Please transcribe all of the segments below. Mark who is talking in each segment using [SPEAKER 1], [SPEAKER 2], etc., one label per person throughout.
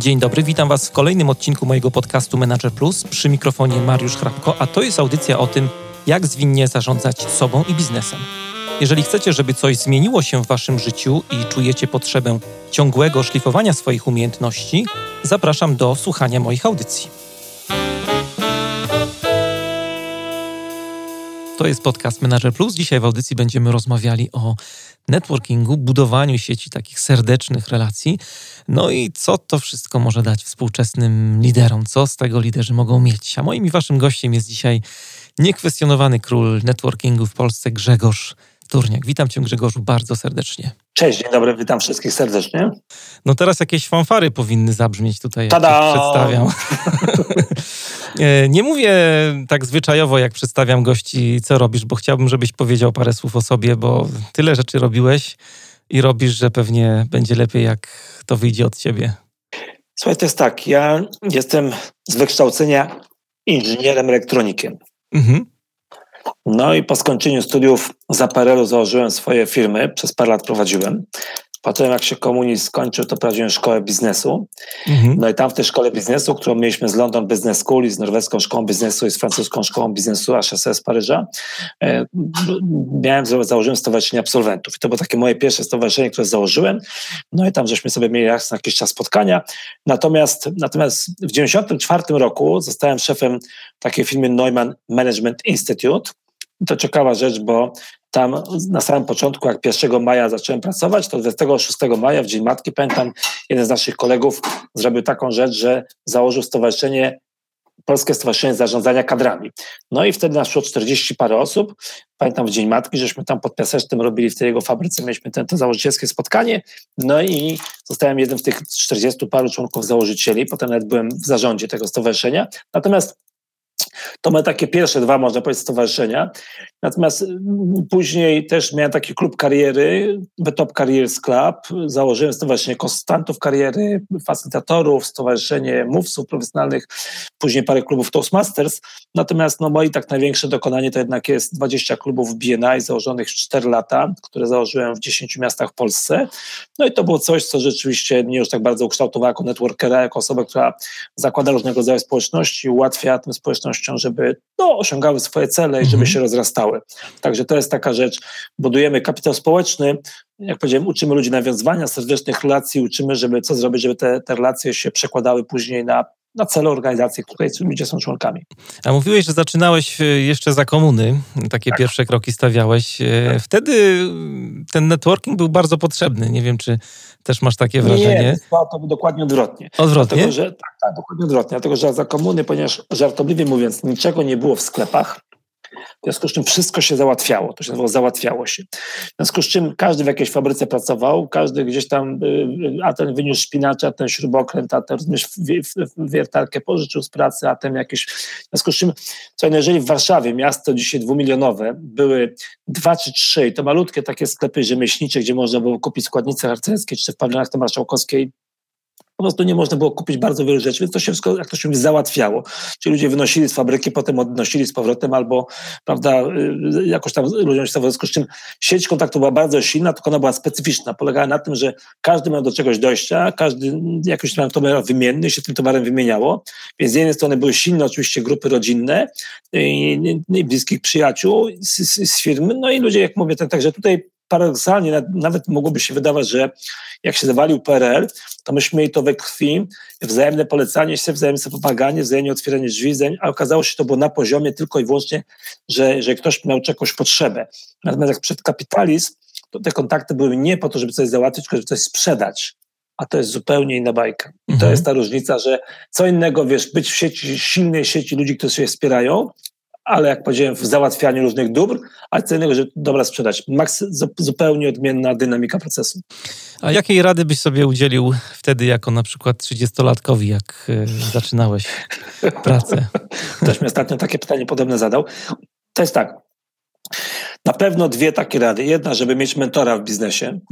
[SPEAKER 1] Dzień dobry, witam Was w kolejnym odcinku mojego podcastu Manager Plus. Przy mikrofonie Mariusz Hrabko, a to jest audycja o tym, jak zwinnie zarządzać sobą i biznesem. Jeżeli chcecie, żeby coś zmieniło się w Waszym życiu i czujecie potrzebę ciągłego szlifowania swoich umiejętności, zapraszam do słuchania moich audycji. To jest podcast Manager Plus. Dzisiaj w audycji będziemy rozmawiali o networkingu, budowaniu sieci takich serdecznych relacji. No i co to wszystko może dać współczesnym liderom? Co z tego liderzy mogą mieć? A moim i waszym gościem jest dzisiaj niekwestionowany król networkingu w Polsce, Grzegorz Turniak. Witam cię, Grzegorzu, bardzo serdecznie.
[SPEAKER 2] Cześć, dzień dobry, witam wszystkich serdecznie.
[SPEAKER 1] No teraz jakieś fanfary powinny zabrzmieć tutaj, jak
[SPEAKER 2] Tada!
[SPEAKER 1] cię przedstawiam. Nie mówię tak zwyczajowo, jak przedstawiam gości, co robisz, bo chciałbym, żebyś powiedział parę słów o sobie, bo tyle rzeczy robiłeś i robisz, że pewnie będzie lepiej, jak to wyjdzie od ciebie.
[SPEAKER 2] Słuchaj, to jest tak, ja jestem z wykształcenia inżynierem elektronikiem. No i po skończeniu studiów za PRL-u założyłem swoje firmy, przez parę lat prowadziłem. Potem jak się komunizm skończył, to prowadziłem szkołę biznesu. No i tam w tej szkole biznesu, którą mieliśmy z London Business School i z norweską szkołą biznesu i z francuską szkołą biznesu HEC z Paryża, założyłem stowarzyszenie absolwentów. I to było takie moje pierwsze stowarzyszenie, które założyłem. No i tam żeśmy sobie mieli raz na jakiś czas spotkania. Natomiast w 1994 roku zostałem szefem takiej firmy Neumann Management Institute. I to ciekawa rzecz, bo tam na samym początku, jak 1 maja zacząłem pracować, to 26 maja, w Dzień Matki, pamiętam, jeden z naszych kolegów zrobił taką rzecz, że założył Polskie Stowarzyszenie Zarządzania Kadrami. No i wtedy nas szło 40 parę osób. Pamiętam, w Dzień Matki, żeśmy tam pod Piasecznym robili w tej jego fabryce, mieliśmy to założycielskie spotkanie. No i zostałem jednym z tych 40 paru członków założycieli. Potem nawet byłem w zarządzie tego stowarzyszenia. Natomiast to były takie pierwsze dwa, można powiedzieć, stowarzyszenia. Natomiast później też miałem taki klub kariery, The Top Careers Club. Założyłem stowarzyszenie konsultantów kariery, facylitatorów, stowarzyszenie mówców profesjonalnych, później parę klubów Toastmasters. Natomiast moje tak największe dokonanie to jednak jest 20 klubów BNI założonych w 4 lata, które założyłem w 10 miastach w Polsce. No i to było coś, co rzeczywiście mnie już tak bardzo ukształtowało jako networkera, jako osobę, która zakłada różnego rodzaju społeczności, ułatwia tym społecznościom, żeby osiągały swoje cele i żeby się rozrastały. Także to jest taka rzecz. Budujemy kapitał społeczny, jak powiedziałem, uczymy ludzi nawiązywania serdecznych relacji, uczymy, co zrobić, żeby te relacje się przekładały później na cele organizacji, której ludzie są członkami.
[SPEAKER 1] A mówiłeś, że zaczynałeś jeszcze za komuny, takie pierwsze kroki stawiałeś. Wtedy ten networking był bardzo potrzebny. Nie wiem, czy też masz takie wrażenie?
[SPEAKER 2] Nie, to było dokładnie odwrotnie.
[SPEAKER 1] Odwrotnie?
[SPEAKER 2] Dlatego, że, tak, dokładnie odwrotnie. Dlatego, że za komuny, ponieważ żartobliwie mówiąc, niczego nie było w sklepach, w związku z czym wszystko się załatwiało. To się nazywało załatwiało się. W związku z czym każdy w jakiejś fabryce pracował, każdy gdzieś tam, a ten wyniósł szpinacze, a ten śrubokręt, a ten wiertarkę pożyczył z pracy, a ten jakiś... W związku z czym, jeżeli w Warszawie, miasto dzisiaj 2-milionowe, były 2 czy 3, i to malutkie takie sklepy rzemieślnicze, gdzie można było kupić składnice harcerskie, czy w pawilonach Marszałkowskiej, po prostu nie można było kupić bardzo wielu rzeczy, więc to się wszystko, jak to się mówi, załatwiało. Czyli ludzie wynosili z fabryki, potem odnosili z powrotem albo, prawda, jakoś tam ludziom się w związku z czym sieć kontaktu była bardzo silna, tylko ona była specyficzna. Polegała na tym, że każdy miał do czegoś dojścia, każdy jakiś tam towar wymienny się tym towarem wymieniało, więc z jednej strony były silne oczywiście grupy rodzinne i bliskich przyjaciół z firmy, no i ludzie, jak mówię, także tutaj paradoksalnie nawet mogłoby się wydawać, że jak się zawalił PRL, to myśmy mieli to we krwi, wzajemne polecanie się, wzajemne pomaganie, wzajemne otwieranie drzwi, a okazało się, że to było na poziomie tylko i wyłącznie, że ktoś miał czegoś potrzebę. Natomiast jak przed kapitalizm, to te kontakty były nie po to, żeby coś załatwić, tylko żeby coś sprzedać. A to jest zupełnie inna bajka. I to jest ta różnica, że co innego, być w sieci, silnej sieci ludzi, którzy się wspierają, ale jak powiedziałem, w załatwianiu różnych dóbr, a co innego, że dobra sprzedać. Zupełnie odmienna dynamika procesu.
[SPEAKER 1] A jakiej rady byś sobie udzielił wtedy jako na przykład 30-latkowi, jak zaczynałeś pracę?
[SPEAKER 2] Ktoś mi ostatnio takie pytanie podobne zadał. To jest tak. Na pewno 2 takie rady. Jedna, żeby mieć mentora w biznesie.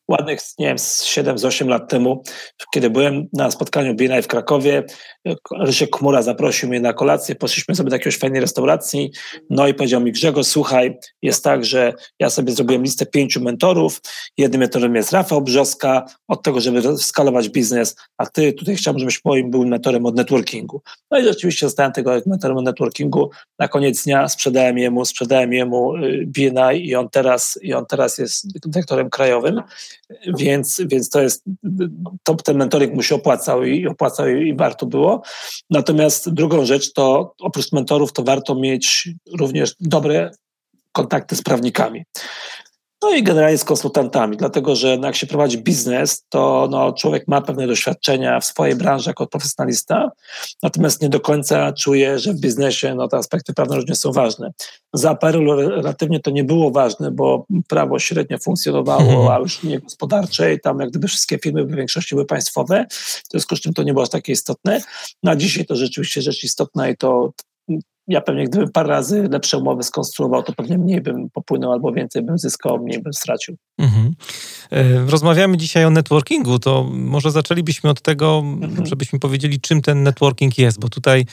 [SPEAKER 2] ładnych, nie wiem, z 7-8 lat temu, kiedy byłem na spotkaniu BNI w Krakowie, Rysiek Chmura zaprosił mnie na kolację, poszliśmy sobie do jakiejś fajnej restauracji, no i powiedział mi: Grzegorz, słuchaj, jest tak, że ja sobie zrobiłem listę 5 mentorów, jednym mentorem jest Rafał Brzoska, od tego, żeby skalować biznes, a ty tutaj chciałbym, żebyś moim był mentorem od networkingu. No i rzeczywiście zostałem tego mentorem od networkingu, na koniec dnia sprzedałem jemu BNI i on teraz jest dyrektorem krajowym, więc to jest, ten mentoring mu się opłacał i warto było. Natomiast drugą rzecz to oprócz mentorów to warto mieć również dobre kontakty z prawnikami. No i generalnie z konsultantami, dlatego że jak się prowadzi biznes, to człowiek ma pewne doświadczenia w swojej branży jako profesjonalista, natomiast nie do końca czuje, że w biznesie te aspekty prawne różnie są ważne. Za APR-u relatywnie to nie było ważne, bo prawo średnio funkcjonowało, a już nie gospodarcze i tam jak gdyby wszystkie firmy w większości były państwowe, w związku z czym to nie było aż takie istotne. No a dzisiaj to rzeczywiście rzecz istotna i to ja pewnie gdybym parę razy lepsze umowy skonstruował, to pewnie mniej bym popłynął albo więcej bym zyskał, mniej bym stracił.
[SPEAKER 1] Rozmawiamy dzisiaj o networkingu, to może zaczęlibyśmy od tego, żebyśmy powiedzieli, czym ten networking jest, bo tutaj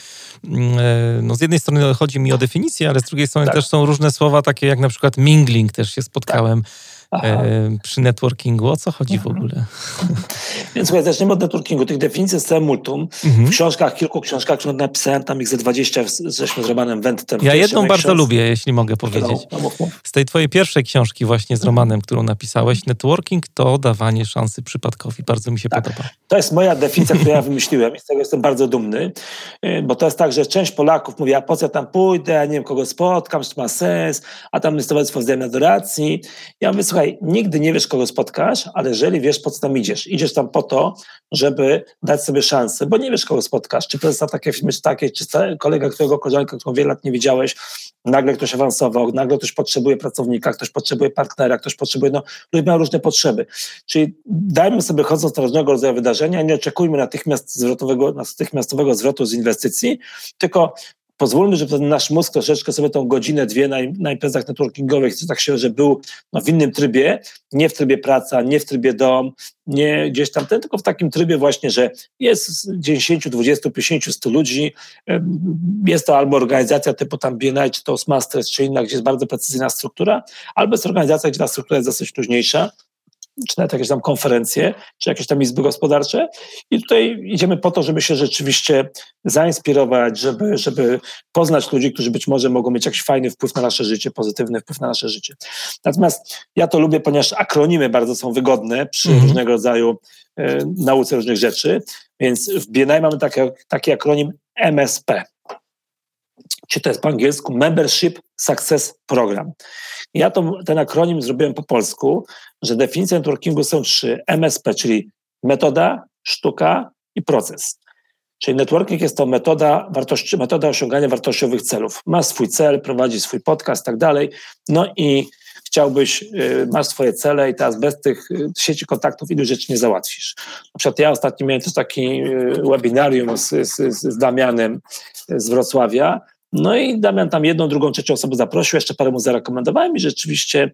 [SPEAKER 1] z jednej strony chodzi mi o definicję, ale z drugiej strony też są różne słowa takie jak na przykład mingling, też się spotkałem przy networkingu. O co chodzi w ogóle?
[SPEAKER 2] Więc słuchaj, zaczniemy od networkingu. Tych definicji jest całe multum. W kilku książkach, które napisałem, tam ich ze 20, żeśmy z Romanem Wentem.
[SPEAKER 1] Ja jedną bardzo lubię, jeśli mogę powiedzieć. Z tej twojej pierwszej książki właśnie z Romanem, którą napisałeś, networking to dawanie szansy przypadkowi. Bardzo mi się podoba.
[SPEAKER 2] To jest moja definicja, którą ja wymyśliłem i z tego jestem bardzo dumny, bo to jest tak, że część Polaków mówi: a po co ja tam pójdę, ja nie wiem kogo spotkam, czy to ma sens, a tam jest towarzystwo wzajemnej adoracji. Ja mówię: słuchaj, nigdy nie wiesz kogo spotkasz, ale jeżeli wiesz po co tam idziesz tam po to, żeby dać sobie szansę, bo nie wiesz kogo spotkasz, czy prezesa takiej firmy, czy takiej, czy kolega, koleżanka, którą wiele lat nie widziałeś, nagle ktoś awansował, nagle ktoś potrzebuje pracownika, ktoś potrzebuje partnera, ktoś potrzebuje, ludzie mają różne potrzeby. Czyli dajmy sobie, chodząc do różnego rodzaju wydarzenia, nie oczekujmy natychmiastowego zwrotu z inwestycji, tylko pozwólmy, żeby ten nasz mózg troszeczkę sobie tą godzinę, dwie na imprezach networkingowych, tak się, że był w innym trybie, nie w trybie praca, nie w trybie dom, nie gdzieś tam tylko w takim trybie właśnie, że jest 10, 20, 50, 100 ludzi, jest to albo organizacja typu tam BNI, czy Toastmasters, czy inna, gdzie jest bardzo precyzyjna struktura, albo jest organizacja, gdzie ta struktura jest dosyć luźniejsza, czy nawet jakieś tam konferencje, czy jakieś tam izby gospodarcze. I tutaj idziemy po to, żeby się rzeczywiście zainspirować, żeby poznać ludzi, którzy być może mogą mieć jakiś fajny wpływ na nasze życie, pozytywny wpływ na nasze życie. Natomiast ja to lubię, ponieważ akronimy bardzo są wygodne przy różnego rodzaju nauce różnych rzeczy, więc w BNI mamy taki akronim MSP. Czy to jest po angielsku Membership Success Program. Ja ten akronim zrobiłem po polsku, że definicje networkingu są 3. MSP, czyli metoda, sztuka i proces. Czyli networking jest to metoda osiągania wartościowych celów. Masz swój cel, prowadzisz swój podcast i tak dalej, i masz swoje cele i teraz bez tych sieci kontaktów ilu rzeczy nie załatwisz. Na przykład ja ostatnio miałem też taki webinarium z Damianem z Wrocławia. No i Damian tam jedną, drugą, trzecią osobę zaprosił, jeszcze parę mu zarekomendowałem i rzeczywiście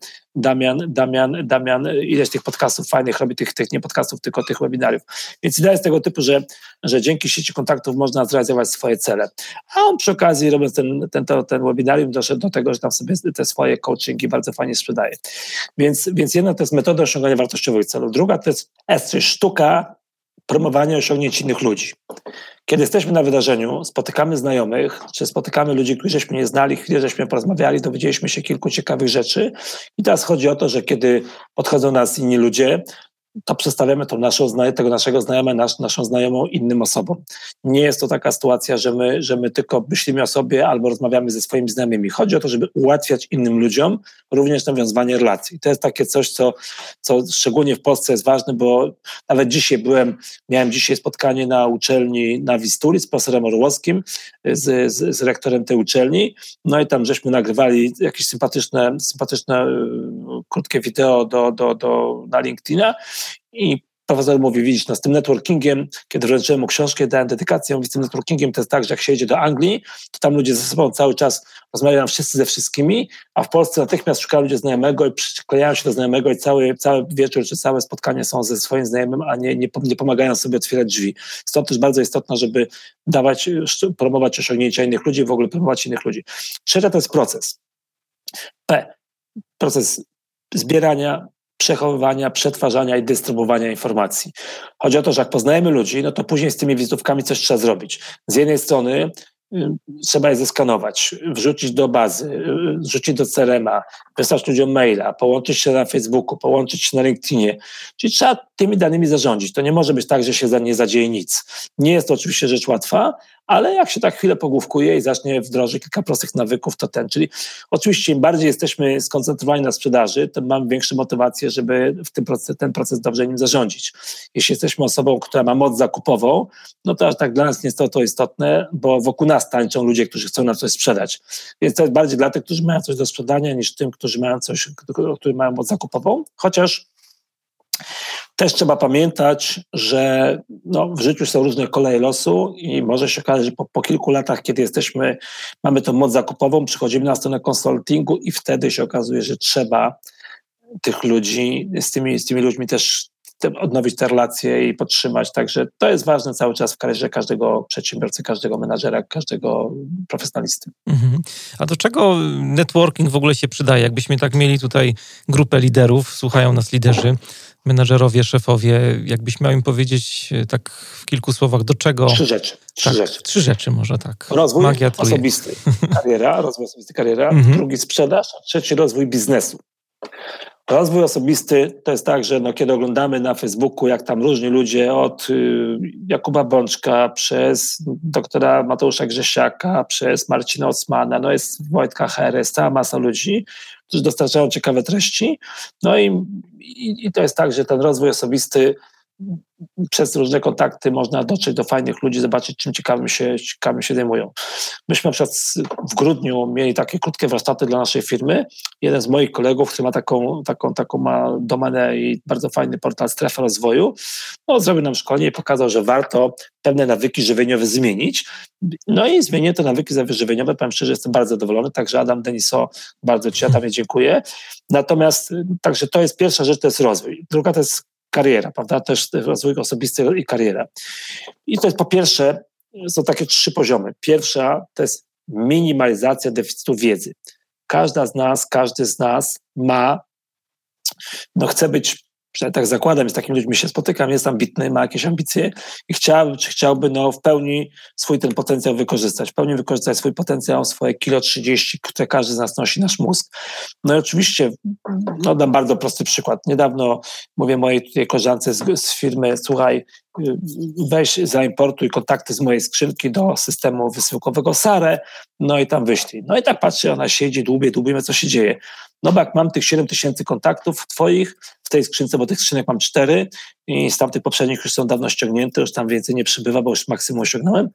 [SPEAKER 2] Damian ileś tych podcastów fajnych robi, tych nie podcastów, tylko tych webinariów. Więc idea jest tego typu, że dzięki sieci kontaktów można zrealizować swoje cele. A on przy okazji, robiąc ten webinarium, doszedł do tego, że tam sobie te swoje coachingi bardzo fajnie sprzedaje. Więc jedna to jest metoda osiągania wartościowych celów, druga to jest czyli sztuka promowania osiągnięć innych ludzi. Kiedy jesteśmy na wydarzeniu, spotykamy znajomych, czy spotykamy ludzi, których żeśmy nie znali, chwilę żeśmy porozmawiali, dowiedzieliśmy się kilku ciekawych rzeczy i teraz chodzi o to, że kiedy podchodzą nas inni ludzie, to przedstawiamy tego naszego naszą znajomą innym osobom. Nie jest to taka sytuacja, że my tylko myślimy o sobie albo rozmawiamy ze swoimi znajomymi. Chodzi o to, żeby ułatwiać innym ludziom również nawiązywanie relacji. To jest takie coś, co szczególnie w Polsce jest ważne, bo nawet dzisiaj miałem dzisiaj spotkanie na uczelni na Wistuli z profesorem Orłowskim, z rektorem tej uczelni, i tam żeśmy nagrywali jakieś sympatyczne krótkie wideo na LinkedIna. I profesor mówi, widzisz, no z tym networkingiem, kiedy wręczyłem mu książkę, dałem dedykację, mówi, z tym networkingiem to jest tak, że jak się jedzie do Anglii, to tam ludzie ze sobą cały czas rozmawiają wszyscy ze wszystkimi, a w Polsce natychmiast szukają ludzie znajomego i przyklejają się do znajomego i cały wieczór czy całe spotkanie są ze swoim znajomym, a nie pomagają sobie otwierać drzwi. Stąd też bardzo istotne, żeby promować osiągnięcia innych ludzi, w ogóle promować innych ludzi. Trzecia to jest proces. Proces zbierania, przechowywania, przetwarzania i dystrybuowania informacji. Chodzi o to, że jak poznajemy ludzi, no to później z tymi wizytówkami coś trzeba zrobić. Z jednej strony trzeba je zeskanować, wrzucić do bazy, wrzucić do CRM-a, wysłać ludziom maila, połączyć się na Facebooku, połączyć się na LinkedInie. Czyli trzeba tymi danymi zarządzić. To nie może być tak, że się nie zadzieje nic. Nie jest to oczywiście rzecz łatwa, ale jak się tak chwilę pogłówkuje i zacznie wdrożyć kilka prostych nawyków, to czyli oczywiście im bardziej jesteśmy skoncentrowani na sprzedaży, tym mamy większą motywację, żeby ten proces dobrze nim zarządzić. Jeśli jesteśmy osobą, która ma moc zakupową, no to aż tak dla nas nie jest to istotne, bo wokół nas tańczą ludzie, którzy chcą nam coś sprzedać. Więc to jest bardziej dla tych, którzy mają coś do sprzedania, niż tym, którzy mają moc zakupową. Chociaż też trzeba pamiętać, że w życiu są różne koleje losu i może się okazać, że po kilku latach, kiedy mamy tą moc zakupową, przychodzimy na stronę konsultingu i wtedy się okazuje, że trzeba tych ludzi, z tymi ludźmi też odnowić te relacje i podtrzymać. Także to jest ważne cały czas w karierze każdego przedsiębiorcy, każdego menadżera, każdego profesjonalisty.
[SPEAKER 1] A do czego networking w ogóle się przydaje? Jakbyśmy tak mieli tutaj grupę liderów, słuchają nas liderzy, menadżerowie, szefowie, jakbyś miał im powiedzieć tak w kilku słowach, do czego... Trzy rzeczy może tak.
[SPEAKER 2] Rozwój osobisty, kariera, drugi sprzedaż, a trzeci rozwój biznesu. Rozwój osobisty to jest tak, że kiedy oglądamy na Facebooku, jak tam różni ludzie od Jakuba Bączka, przez doktora Mateusza Grzesiaka, przez Marcina Osmana, jest Wojtka Herę, jest cała masa ludzi, którzy dostarczają ciekawe treści. I to jest tak, że ten rozwój osobisty przez różne kontakty można dotrzeć do fajnych ludzi, zobaczyć, czym ciekawym się zajmują. Myśmy na przykład w grudniu mieli takie krótkie warsztaty dla naszej firmy. Jeden z moich kolegów, który ma taką ma domenę i bardzo fajny portal Strefa Rozwoju, zrobił nam szkolenie i pokazał, że warto pewne nawyki żywieniowe zmienić. I zmienię te nawyki żywieniowe. Powiem szczerze, jestem bardzo zadowolony. Także Adam Deniso, bardzo Ci Adamie dziękuję. Natomiast także to jest pierwsza rzecz, to jest rozwój. Druga to jest kariera, prawda? Też rozwój osobisty i kariera. I to jest po pierwsze, są takie 3 poziomy. Pierwsza to jest minimalizacja deficytu wiedzy. Każdy z nas chce być, tak zakładam, z takimi ludźmi się spotykam, jest ambitny, ma jakieś ambicje i chciałby w pełni swój ten potencjał wykorzystać. W pełni wykorzystać swój potencjał, swoje 1,30 kg, które każdy z nas nosi, nasz mózg. I oczywiście, dam bardzo prosty przykład. Niedawno mówię mojej tutaj koleżance z firmy, słuchaj, weź zaimportuj kontakty z mojej skrzynki do systemu wysyłkowego SARE, i tam wyślij. I tak patrzę, ona siedzi, dłubie, co się dzieje. Bo jak mam tych 7000 kontaktów twoich w tej skrzynce, bo tych skrzynek mam 4 i z tamtych poprzednich już są dawno ściągnięte, już tam więcej nie przybywa, bo już maksimum osiągnąłem,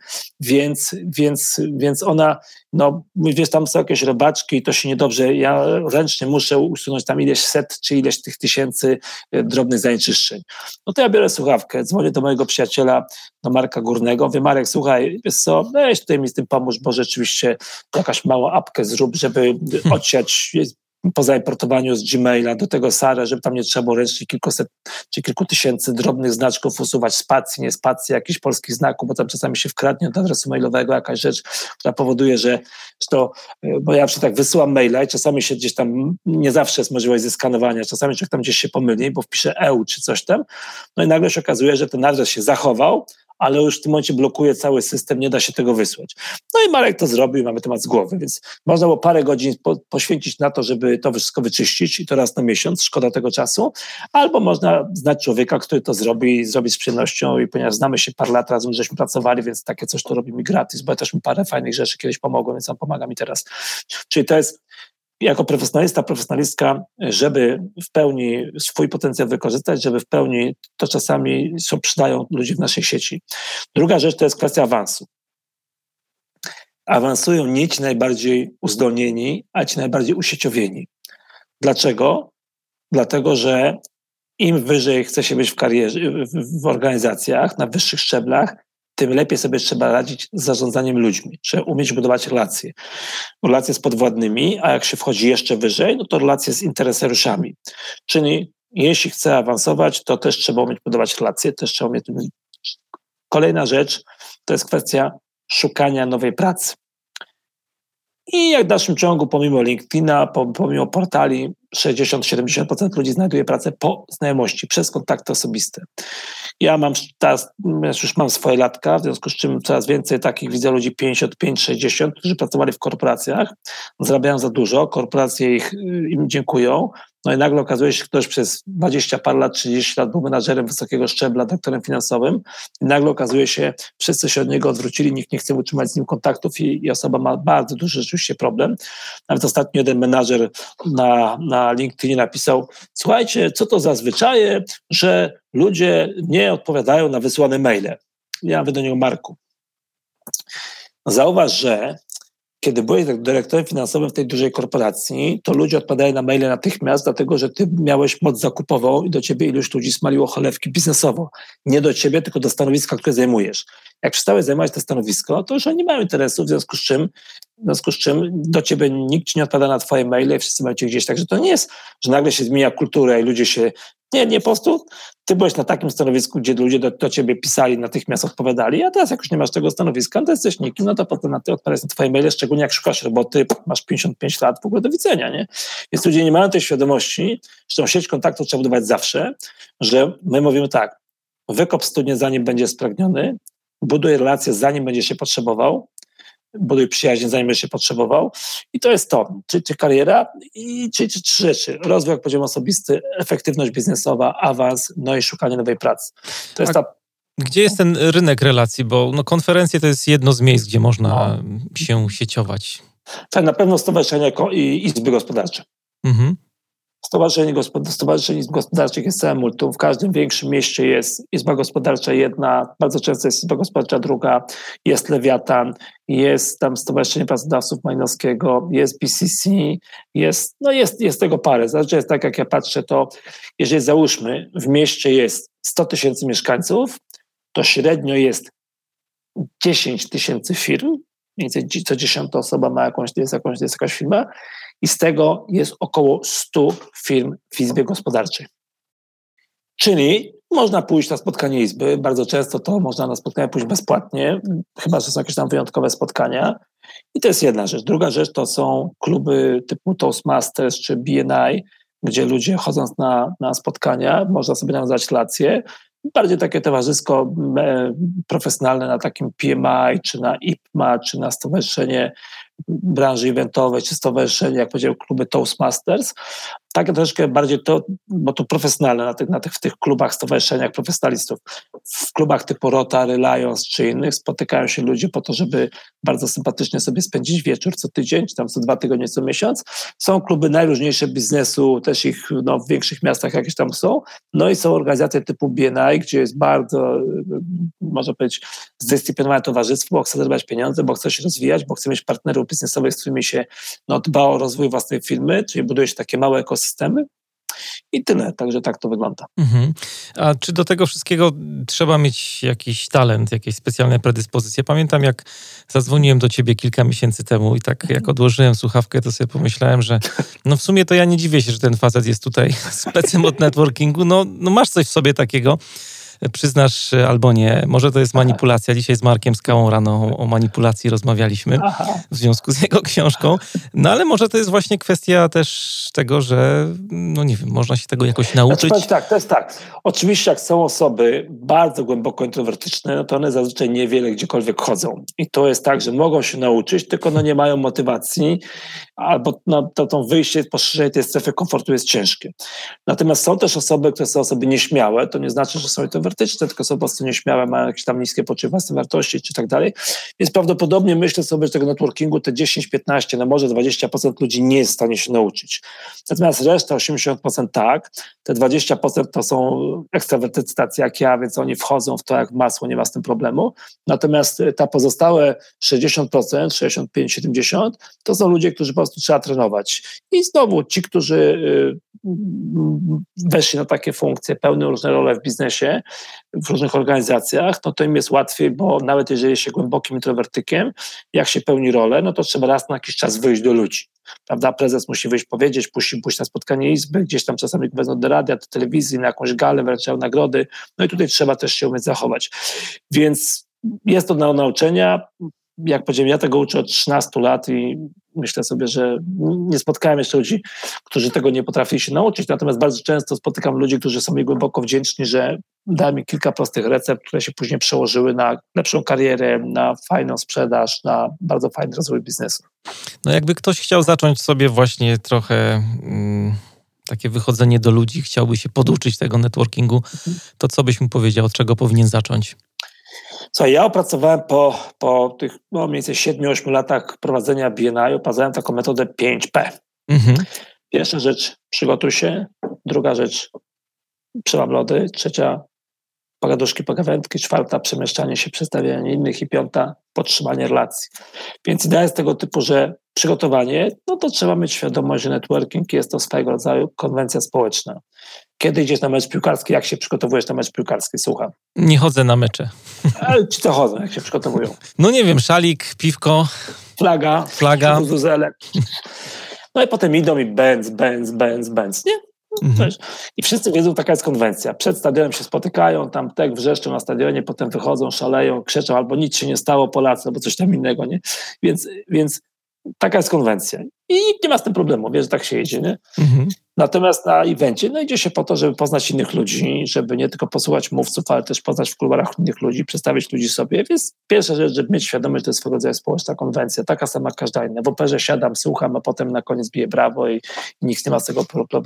[SPEAKER 2] więc ona, wiesz, tam są jakieś robaczki i to się niedobrze, ja ręcznie muszę usunąć tam ileś set, czy ileś tych tysięcy drobnych zanieczyszczeń. To ja biorę słuchawkę, dzwonię do mojego przyjaciela, do Marka Górnego, mówię, Marek, słuchaj, wiesz co, weź tutaj mi z tym pomóż, bo rzeczywiście jakaś małą apkę zrób, żeby odsiać po zaimportowaniu z Gmaila do tego SARE, żeby tam nie trzeba było ręcznie kilkuset czy kilku tysięcy drobnych znaczków usuwać, spacji, nie spacji, jakichś polskich znaków, bo tam czasami się wkradnie do adresu mailowego jakaś rzecz, która powoduje, że to, bo ja tak wysyłam maila i czasami się gdzieś tam, nie zawsze jest możliwość zeskanowania, czasami człowiek tam gdzieś się pomyli, bo wpisze EU czy coś tam, i nagle się okazuje, że ten adres się zachował, ale już w tym momencie blokuje cały system, nie da się tego wysłać. I Marek to zrobił, mamy temat z głowy, więc można było parę godzin poświęcić na to, żeby to wszystko wyczyścić i to raz na miesiąc, szkoda tego czasu, albo można znać człowieka, który to zrobi z przyjemnością i ponieważ znamy się parę lat razem, żeśmy pracowali, więc takie coś to robimy gratis, bo ja też mi parę fajnych rzeczy kiedyś pomogłem, więc on pomaga mi teraz. Czyli to jest jako profesjonalistka, żeby w pełni swój potencjał wykorzystać, żeby w pełni to czasami przydają ludzi w naszej sieci. Druga rzecz to jest kwestia awansu. Awansują nie ci najbardziej uzdolnieni, a ci najbardziej usieciowieni. Dlaczego? Dlatego, że im wyżej chce się być w karierze, w organizacjach, na wyższych szczeblach, tym lepiej sobie trzeba radzić z zarządzaniem ludźmi. Trzeba umieć budować relacje. Relacje z podwładnymi, a jak się wchodzi jeszcze wyżej, no to relacje z interesariuszami. Czyli jeśli chce awansować, to też trzeba umieć budować relacje, też trzeba umieć... Kolejna rzecz to jest kwestia szukania nowej pracy. I jak w dalszym ciągu, pomimo LinkedIna, pomimo portali, 60-70% ludzi znajduje pracę po znajomości, przez kontakty osobiste. Ja już mam swoje latka, w związku z czym coraz więcej takich widzę ludzi 55-60, którzy pracowali w korporacjach, zarabiają za dużo, korporacje im dziękują, no i nagle okazuje się, że ktoś przez 20 parę lat, 30 lat był menadżerem wysokiego szczebla, dyrektorem finansowym i nagle okazuje się, wszyscy się od niego odwrócili, nikt nie chce utrzymać z nim kontaktów i osoba ma bardzo duży rzeczywiście problem. Nawet ostatnio jeden menadżer na LinkedInie napisał: słuchajcie, co to za zwyczaje, że ludzie nie odpowiadają na wysłane maile. Ja mówię do niego: Marku, zauważ, że kiedy byłeś dyrektorem finansowym w tej dużej korporacji, to ludzie odpowiadają na maile natychmiast, dlatego że ty miałeś moc zakupową i do ciebie iluś ludzi smaliło cholewki biznesowo. Nie do ciebie, tylko do stanowiska, które zajmujesz. Jak przestałeś zajmować to stanowisko, to już oni nie mają interesu, w związku z czym do ciebie nikt ci nie odpowiada na twoje maile i wszyscy mają cię gdzieś. Także to nie jest, że nagle się zmienia kultura i ludzie się... Nie, po prostu ty byłeś na takim stanowisku, gdzie ludzie do ciebie pisali, natychmiast odpowiadali, a teraz jak już nie masz tego stanowiska, to jesteś nikim, no to potem ty odpowiadasz na twoje maile, szczególnie jak szukasz roboty, masz 55 lat, w ogóle do widzenia, nie? Więc ludzie nie mają tej świadomości, że tą sieć kontaktów trzeba budować zawsze, że my mówimy tak: wykop studnię, zanim będzie spragniony, buduj relacje, zanim będzie się potrzebował, buduj przyjaźń, zanim będzie się potrzebował. I to jest to, czy kariera, czy trzy rzeczy: rozwój, jak powiedziałem, osobisty, efektywność biznesowa, awans, no i szukanie nowej pracy. To jest
[SPEAKER 1] Gdzie jest ten rynek relacji? Bo konferencje to jest jedno z miejsc, gdzie można się sieciować.
[SPEAKER 2] Tak, na pewno stowarzyszenia i izby gospodarcze.
[SPEAKER 1] Mhm.
[SPEAKER 2] Stowarzyszeń izb gospodarczych jest całe multum. W każdym większym mieście jest izba gospodarcza jedna, bardzo często jest izba gospodarcza druga, jest Lewiatan, jest tam Stowarzyszenie Pracodawców Majnowskiego, jest BCC, jest tego parę. Znaczy jest tak, jak ja patrzę, to jeżeli załóżmy, w mieście jest 100 000 mieszkańców, to średnio jest 10 000 firm, mniej więcej co 10 osoba ma jest jakaś firma, i z tego jest około 100 firm w izbie gospodarczej. Czyli można pójść na spotkanie izby, bardzo często to można na spotkanie pójść bezpłatnie, chyba że są jakieś tam wyjątkowe spotkania. I to jest jedna rzecz. Druga rzecz to są kluby typu Toastmasters czy BNI, gdzie ludzie, chodząc na spotkania, można sobie nawiązać relacje. Bardziej takie towarzysko profesjonalne na takim PMI, czy na IPMA, czy na Stowarzyszenie Branży Eventowej, czy stowarzyszenie, jak powiedziałem, kluby Toastmasters. Takie troszeczkę bardziej to, bo to profesjonalne w tych klubach, stowarzyszeniach profesjonalistów. W klubach typu Rotary, Lions czy innych spotykają się ludzie po to, żeby bardzo sympatycznie sobie spędzić wieczór co tydzień, czy tam co 2 tygodnie, co miesiąc. Są kluby najróżniejsze biznesu, też ich w większych miastach jakieś tam są. No i są organizacje typu BNI, gdzie jest bardzo, można powiedzieć, zdyscyplinowane towarzystwo, bo chce zarabiać pieniądze, bo chce się rozwijać, bo chce mieć partnerów biznesowych, z którymi się dba o rozwój własnej firmy, czyli buduje się takie małe ekosystemy. I tyle, także tak to wygląda.
[SPEAKER 1] Mhm. A czy do tego wszystkiego trzeba mieć jakiś talent, jakieś specjalne predyspozycje? Pamiętam, jak zadzwoniłem do ciebie kilka miesięcy temu i tak jak odłożyłem słuchawkę, to sobie pomyślałem, że w sumie to ja nie dziwię się, że ten facet jest tutaj specem od networkingu. No masz coś w sobie takiego. Przyznasz albo nie, może to jest manipulacja. Dzisiaj z Markiem Skałą rano o manipulacji rozmawialiśmy w związku z jego książką, ale może to jest właśnie kwestia też tego, że nie wiem, można się tego jakoś nauczyć.
[SPEAKER 2] Tak, to jest tak. Oczywiście jak są osoby bardzo głęboko introwertyczne, to one zazwyczaj niewiele gdziekolwiek chodzą. I to jest tak, że mogą się nauczyć, tylko nie mają motywacji, albo to wyjście, poszerzenie tej strefy komfortu jest ciężkie. Natomiast są też osoby, które są osoby nieśmiałe, to nie znaczy, że są introwertyczne, tylko są po prostu nieśmiałe, mają jakieś tam niskie poczucie własnej wartości, czy tak dalej. Więc prawdopodobnie myślę sobie, że tego networkingu te 10-15, może 20% ludzi nie jest w stanie się nauczyć. Natomiast reszta, 80% tak, te 20% to są ekstrawertycy tacy jak ja, więc oni wchodzą w to jak w masło, nie ma z tym problemu. Natomiast ta pozostałe 60%, 65-70% to są ludzie, którzy po prostu trzeba trenować. I znowu ci, którzy weszli na takie funkcje, pełnią różne role w biznesie, w różnych organizacjach, no to im jest łatwiej, bo nawet jeżeli jest się głębokim introwertykiem, jak się pełni rolę, no to trzeba raz na jakiś czas wyjść do ludzi. Prawda? Prezes musi wyjść powiedzieć, musi pójść na spotkanie izby, gdzieś tam czasami wezmą do radia, do telewizji, na jakąś galę, wręczają nagrody, no i tutaj trzeba też się umieć zachować. Więc jest to do nauczenia. Jak powiedziałem, ja tego uczę od 13 lat i myślę sobie, że nie spotkałem jeszcze ludzi, którzy tego nie potrafili się nauczyć, natomiast bardzo często spotykam ludzi, którzy są mi głęboko wdzięczni, że dałem mi kilka prostych recept, które się później przełożyły na lepszą karierę, na fajną sprzedaż, na bardzo fajny rozwój biznesu.
[SPEAKER 1] No jakby ktoś chciał zacząć sobie właśnie trochę takie wychodzenie do ludzi, chciałby się poduczyć tego networkingu, to co byś mu powiedział, od czego powinien zacząć?
[SPEAKER 2] Słuchaj, ja opracowałem po tych mniej więcej 7-8 latach prowadzenia BNI, opracowałem taką metodę 5P. Pierwsza rzecz, przygotuj się. Druga rzecz, przełam lody. Trzecia, pogaduszki, pogawędki. Czwarta, przemieszczanie się, przedstawianie innych. I piąta, podtrzymanie relacji. Więc idea jest tego typu, że przygotowanie, no to trzeba mieć świadomość, że networking jest to swego rodzaju konwencja społeczna. Kiedy idziesz na mecz piłkarski, jak się przygotowujesz na mecz piłkarski? Słucham.
[SPEAKER 1] Nie chodzę na mecze.
[SPEAKER 2] Ale ci to chodzą, jak się przygotowują?
[SPEAKER 1] No nie wiem, szalik, piwko. Flaga.
[SPEAKER 2] Zuzele. No i potem idą i bęc, nie? I wszyscy wiedzą, taka jest konwencja. Przed stadionem się spotykają, tam wrzeszczą na stadionie, potem wychodzą, szaleją, krzyczą, albo nic się nie stało, Polacy, albo coś tam innego, nie? Więc taka jest konwencja. I nikt nie ma z tym problemu, wie, że tak się jedzie, nie? Natomiast na evencie, no idzie się po to, żeby poznać innych ludzi, żeby nie tylko posłuchać mówców, ale też poznać w kuluarach innych ludzi, przedstawić ludzi sobie. Więc pierwsza rzecz, żeby mieć świadomość, że to jest swego rodzaju społeczna konwencja, taka sama jak każda inna. W operze siadam, słucham, a potem na koniec biję brawo i nikt nie ma z tego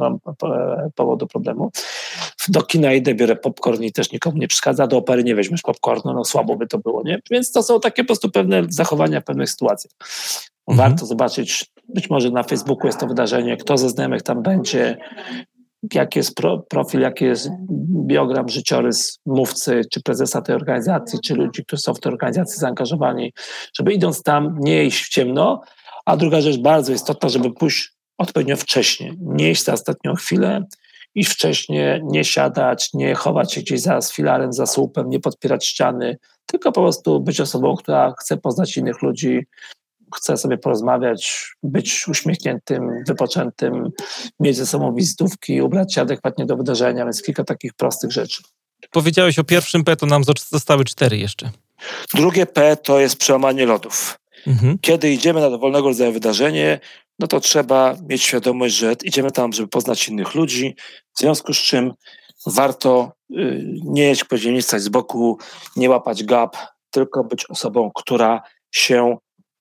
[SPEAKER 2] powodu problemu. Do kina idę, biorę popcorn i też nikomu nie przeszkadza. Do opery nie weźmiesz popcornu, no słabo by to było, nie? Więc to są takie po prostu pewne zachowania w pewnych sytuacjach. Warto zobaczyć, być może na Facebooku jest to wydarzenie, kto ze znajomych tam będzie, jaki jest profil, jaki jest biogram, życiorys mówcy, czy prezesa tej organizacji, czy ludzi, którzy są w tej organizacji zaangażowani, żeby idąc tam nie iść w ciemno, a druga rzecz bardzo istotna, żeby pójść odpowiednio wcześnie, nie iść za ostatnią chwilę, iść wcześnie, nie siadać, nie chować się gdzieś za filarem, za słupem, nie podpierać ściany, tylko po prostu być osobą, która chce poznać innych ludzi, chce sobie porozmawiać, być uśmiechniętym, wypoczętym, mieć ze sobą wizytówki, ubrać się adekwatnie do wydarzenia, więc kilka takich prostych rzeczy.
[SPEAKER 1] Powiedziałeś o pierwszym P, to nam zostały 4 jeszcze.
[SPEAKER 2] Drugie P to jest przełamanie lodów. Kiedy idziemy na dowolnego rodzaju wydarzenie, no to trzeba mieć świadomość, że idziemy tam, żeby poznać innych ludzi, w związku z czym warto nie stać z boku, nie łapać gap, tylko być osobą, która się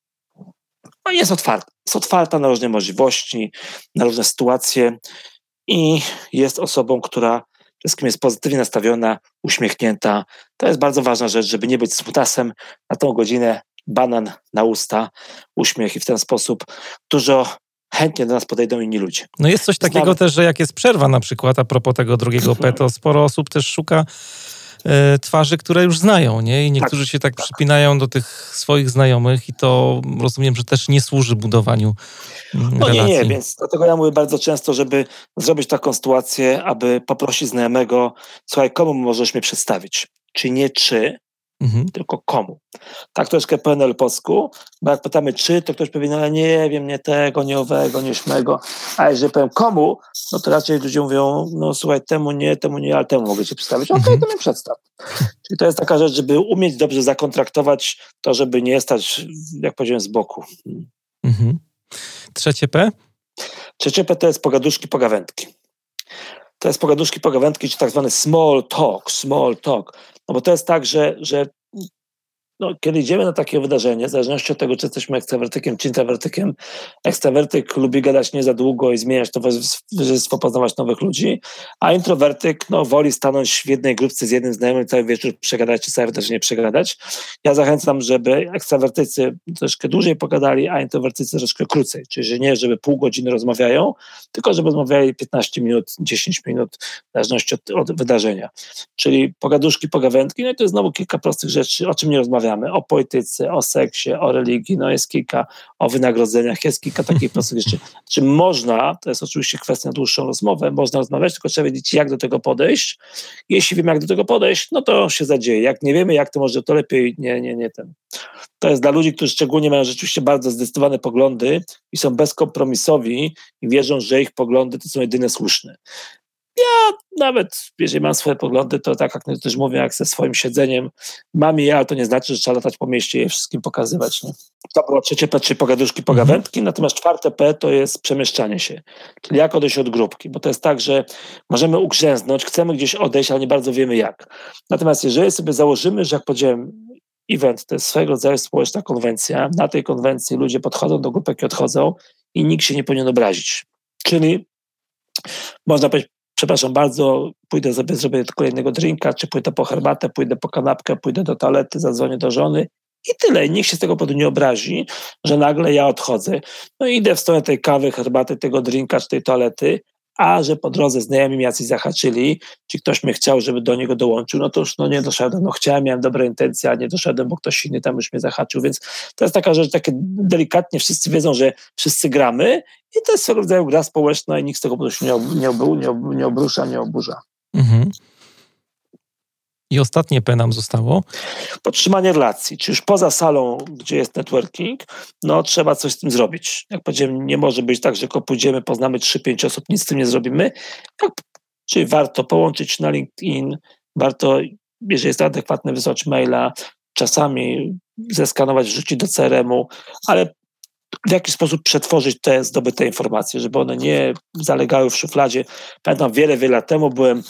[SPEAKER 2] jest otwarta. Jest otwarta na różne możliwości, na różne sytuacje i jest osobą, która wszystkim jest pozytywnie nastawiona, uśmiechnięta. To jest bardzo ważna rzecz, żeby nie być smutasem na tą godzinę, banan na usta, uśmiech i w ten sposób dużo chętnie do nas podejdą inni ludzie.
[SPEAKER 1] No jest coś takiego też, że jak jest przerwa na przykład, a propos tego drugiego P, to sporo osób też szuka twarzy, które już znają, nie? I niektórzy się tak przypinają do tych swoich znajomych i to rozumiem, że też nie służy budowaniu relacji.
[SPEAKER 2] Nie, więc dlatego ja mówię bardzo często, żeby zrobić taką sytuację, aby poprosić znajomego, słuchaj, komu możesz mnie przedstawić? Czy nie tylko komu. Tak troszkę PNL polsku, bo jak pytamy czy, to ktoś powie, no nie wiem, nie tego, nie owego, nie śmego, a jeżeli powiem komu, no to raczej ludzie mówią, no słuchaj, temu nie, ale temu mogę cię przedstawić. Okej, to mnie przedstaw. Czyli to jest taka rzecz, żeby umieć dobrze zakontraktować to, żeby nie stać, jak powiedziałem, z boku.
[SPEAKER 1] Trzecie P?
[SPEAKER 2] Trzecie P to jest pogaduszki, pogawędki. To jest pogaduszki, pogawędki, czy tak zwany small talk. No bo to jest tak, że kiedy idziemy na takie wydarzenie, w zależności od tego, czy jesteśmy ekstrawertykiem, czy introwertykiem, ekstrawertyk lubi gadać nie za długo i zmieniać towarzystwo, poznawać nowych ludzi, a introwertyk woli stanąć w jednej grupce z jednym znajomym cały wieczór przegadać, czy całe wydarzenie przegadać. Ja zachęcam, żeby ekstrawertycy troszkę dłużej pogadali, a introwertycy troszkę krócej. Czyli że nie, żeby pół godziny rozmawiają, tylko żeby rozmawiali 15 minut, 10 minut, w zależności od wydarzenia. Czyli pogaduszki, pogawędki, no i to jest znowu kilka prostych rzeczy, o czym nie rozmawiamy. rozmawiamy o polityce, o seksie, o religii, no jest kilka, o wynagrodzeniach, jest kilka takich prostych rzeczy. Czy można, to jest oczywiście kwestia na dłuższą rozmowę, można rozmawiać, tylko trzeba wiedzieć, jak do tego podejść. Jeśli wiemy, jak do tego podejść, no to się zadzieje. Jak nie wiemy, jak to może, to lepiej nie ten. To jest dla ludzi, którzy szczególnie mają rzeczywiście bardzo zdecydowane poglądy i są bezkompromisowi i wierzą, że ich poglądy to są jedyne słuszne. Ja nawet, jeżeli mam swoje poglądy, to tak jak też mówię, jak ze swoim siedzeniem mam je, ale to nie znaczy, że trzeba latać po mieście i je wszystkim pokazywać. Nie? To było trzecie P, czyli pogaduszki, pogawędki, natomiast czwarte P to jest przemieszczanie się, czyli jak odejść od grupki, bo to jest tak, że możemy ugrzęznąć, chcemy gdzieś odejść, ale nie bardzo wiemy jak. Natomiast jeżeli sobie założymy, że jak powiedziałem, event to jest swego rodzaju społeczna konwencja, na tej konwencji ludzie podchodzą do grupek i odchodzą i nikt się nie powinien obrazić. Czyli można powiedzieć, przepraszam bardzo, pójdę sobie, zrobię kolejnego drinka, czy pójdę po herbatę, pójdę po kanapkę, pójdę do toalety, zadzwonię do żony i tyle. Nikt się z tego powodu nie obrazi, że nagle ja odchodzę. No i idę w stronę tej kawy, herbaty, tego drinka, czy tej toalety, a że po drodze znajomi mi jacyś zahaczyli, czy ktoś mnie chciał, żeby do niego dołączył, no to już nie doszedłem. No chciałem, miałem dobre intencje, a nie doszedłem, bo ktoś inny tam już mnie zahaczył, więc to jest taka rzecz, takie delikatnie wszyscy wiedzą, że wszyscy gramy i to jest swego rodzaju gra społeczna i nikt z tego po prostu nie obrusza, nie oburza.
[SPEAKER 1] Mhm. I ostatnie P nam zostało.
[SPEAKER 2] Podtrzymanie relacji, czy już poza salą, gdzie jest networking, no trzeba coś z tym zrobić. Jak powiedziałem, nie może być tak, że tylko pójdziemy, poznamy 3-5 osób, nic z tym nie zrobimy. Czyli warto połączyć na LinkedIn, warto, jeżeli jest to adekwatne, wysłać maila, czasami zeskanować, wrzucić do CRM-u, ale w jakiś sposób przetworzyć te zdobyte informacje, żeby one nie zalegały w szufladzie. Pamiętam, wiele lat temu byłem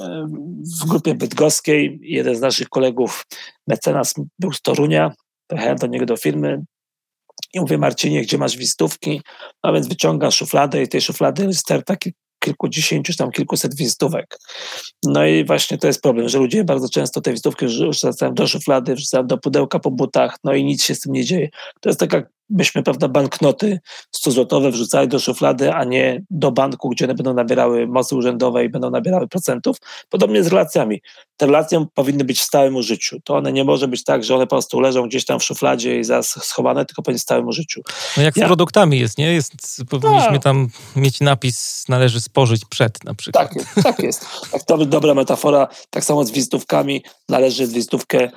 [SPEAKER 2] w grupie bydgoskiej, jeden z naszych kolegów, mecenas, był z Torunia, pojechałem do niego do firmy i mówię: Marcinie, gdzie masz wizytówki? No więc wyciągam szufladę i tej szuflady jest taki kilkudziesięciu, tam kilkuset wizytówek. No i właśnie to jest problem, że ludzie bardzo często te wizytówki wrzucają do szuflady, wrzucają do pudełka po butach, no i nic się z tym nie dzieje. To jest tak, jakbyśmy, prawda, banknoty 100-złotowe wrzucali do szuflady, a nie do banku, gdzie one będą nabierały mocy urzędowej i będą nabierały procentów. Podobnie z relacjami. Te relacje powinny być w stałym użyciu. To one nie może być tak, że one po prostu leżą gdzieś tam w szufladzie i zaraz schowane, tylko powinny w stałym użyciu.
[SPEAKER 1] No jak z produktami jest, nie? Powinniśmy tam mieć napis, należy spożyć przed na przykład.
[SPEAKER 2] Tak jest. Tak, dobra metafora. Tak samo z wizytówkami. Należy wizytówkę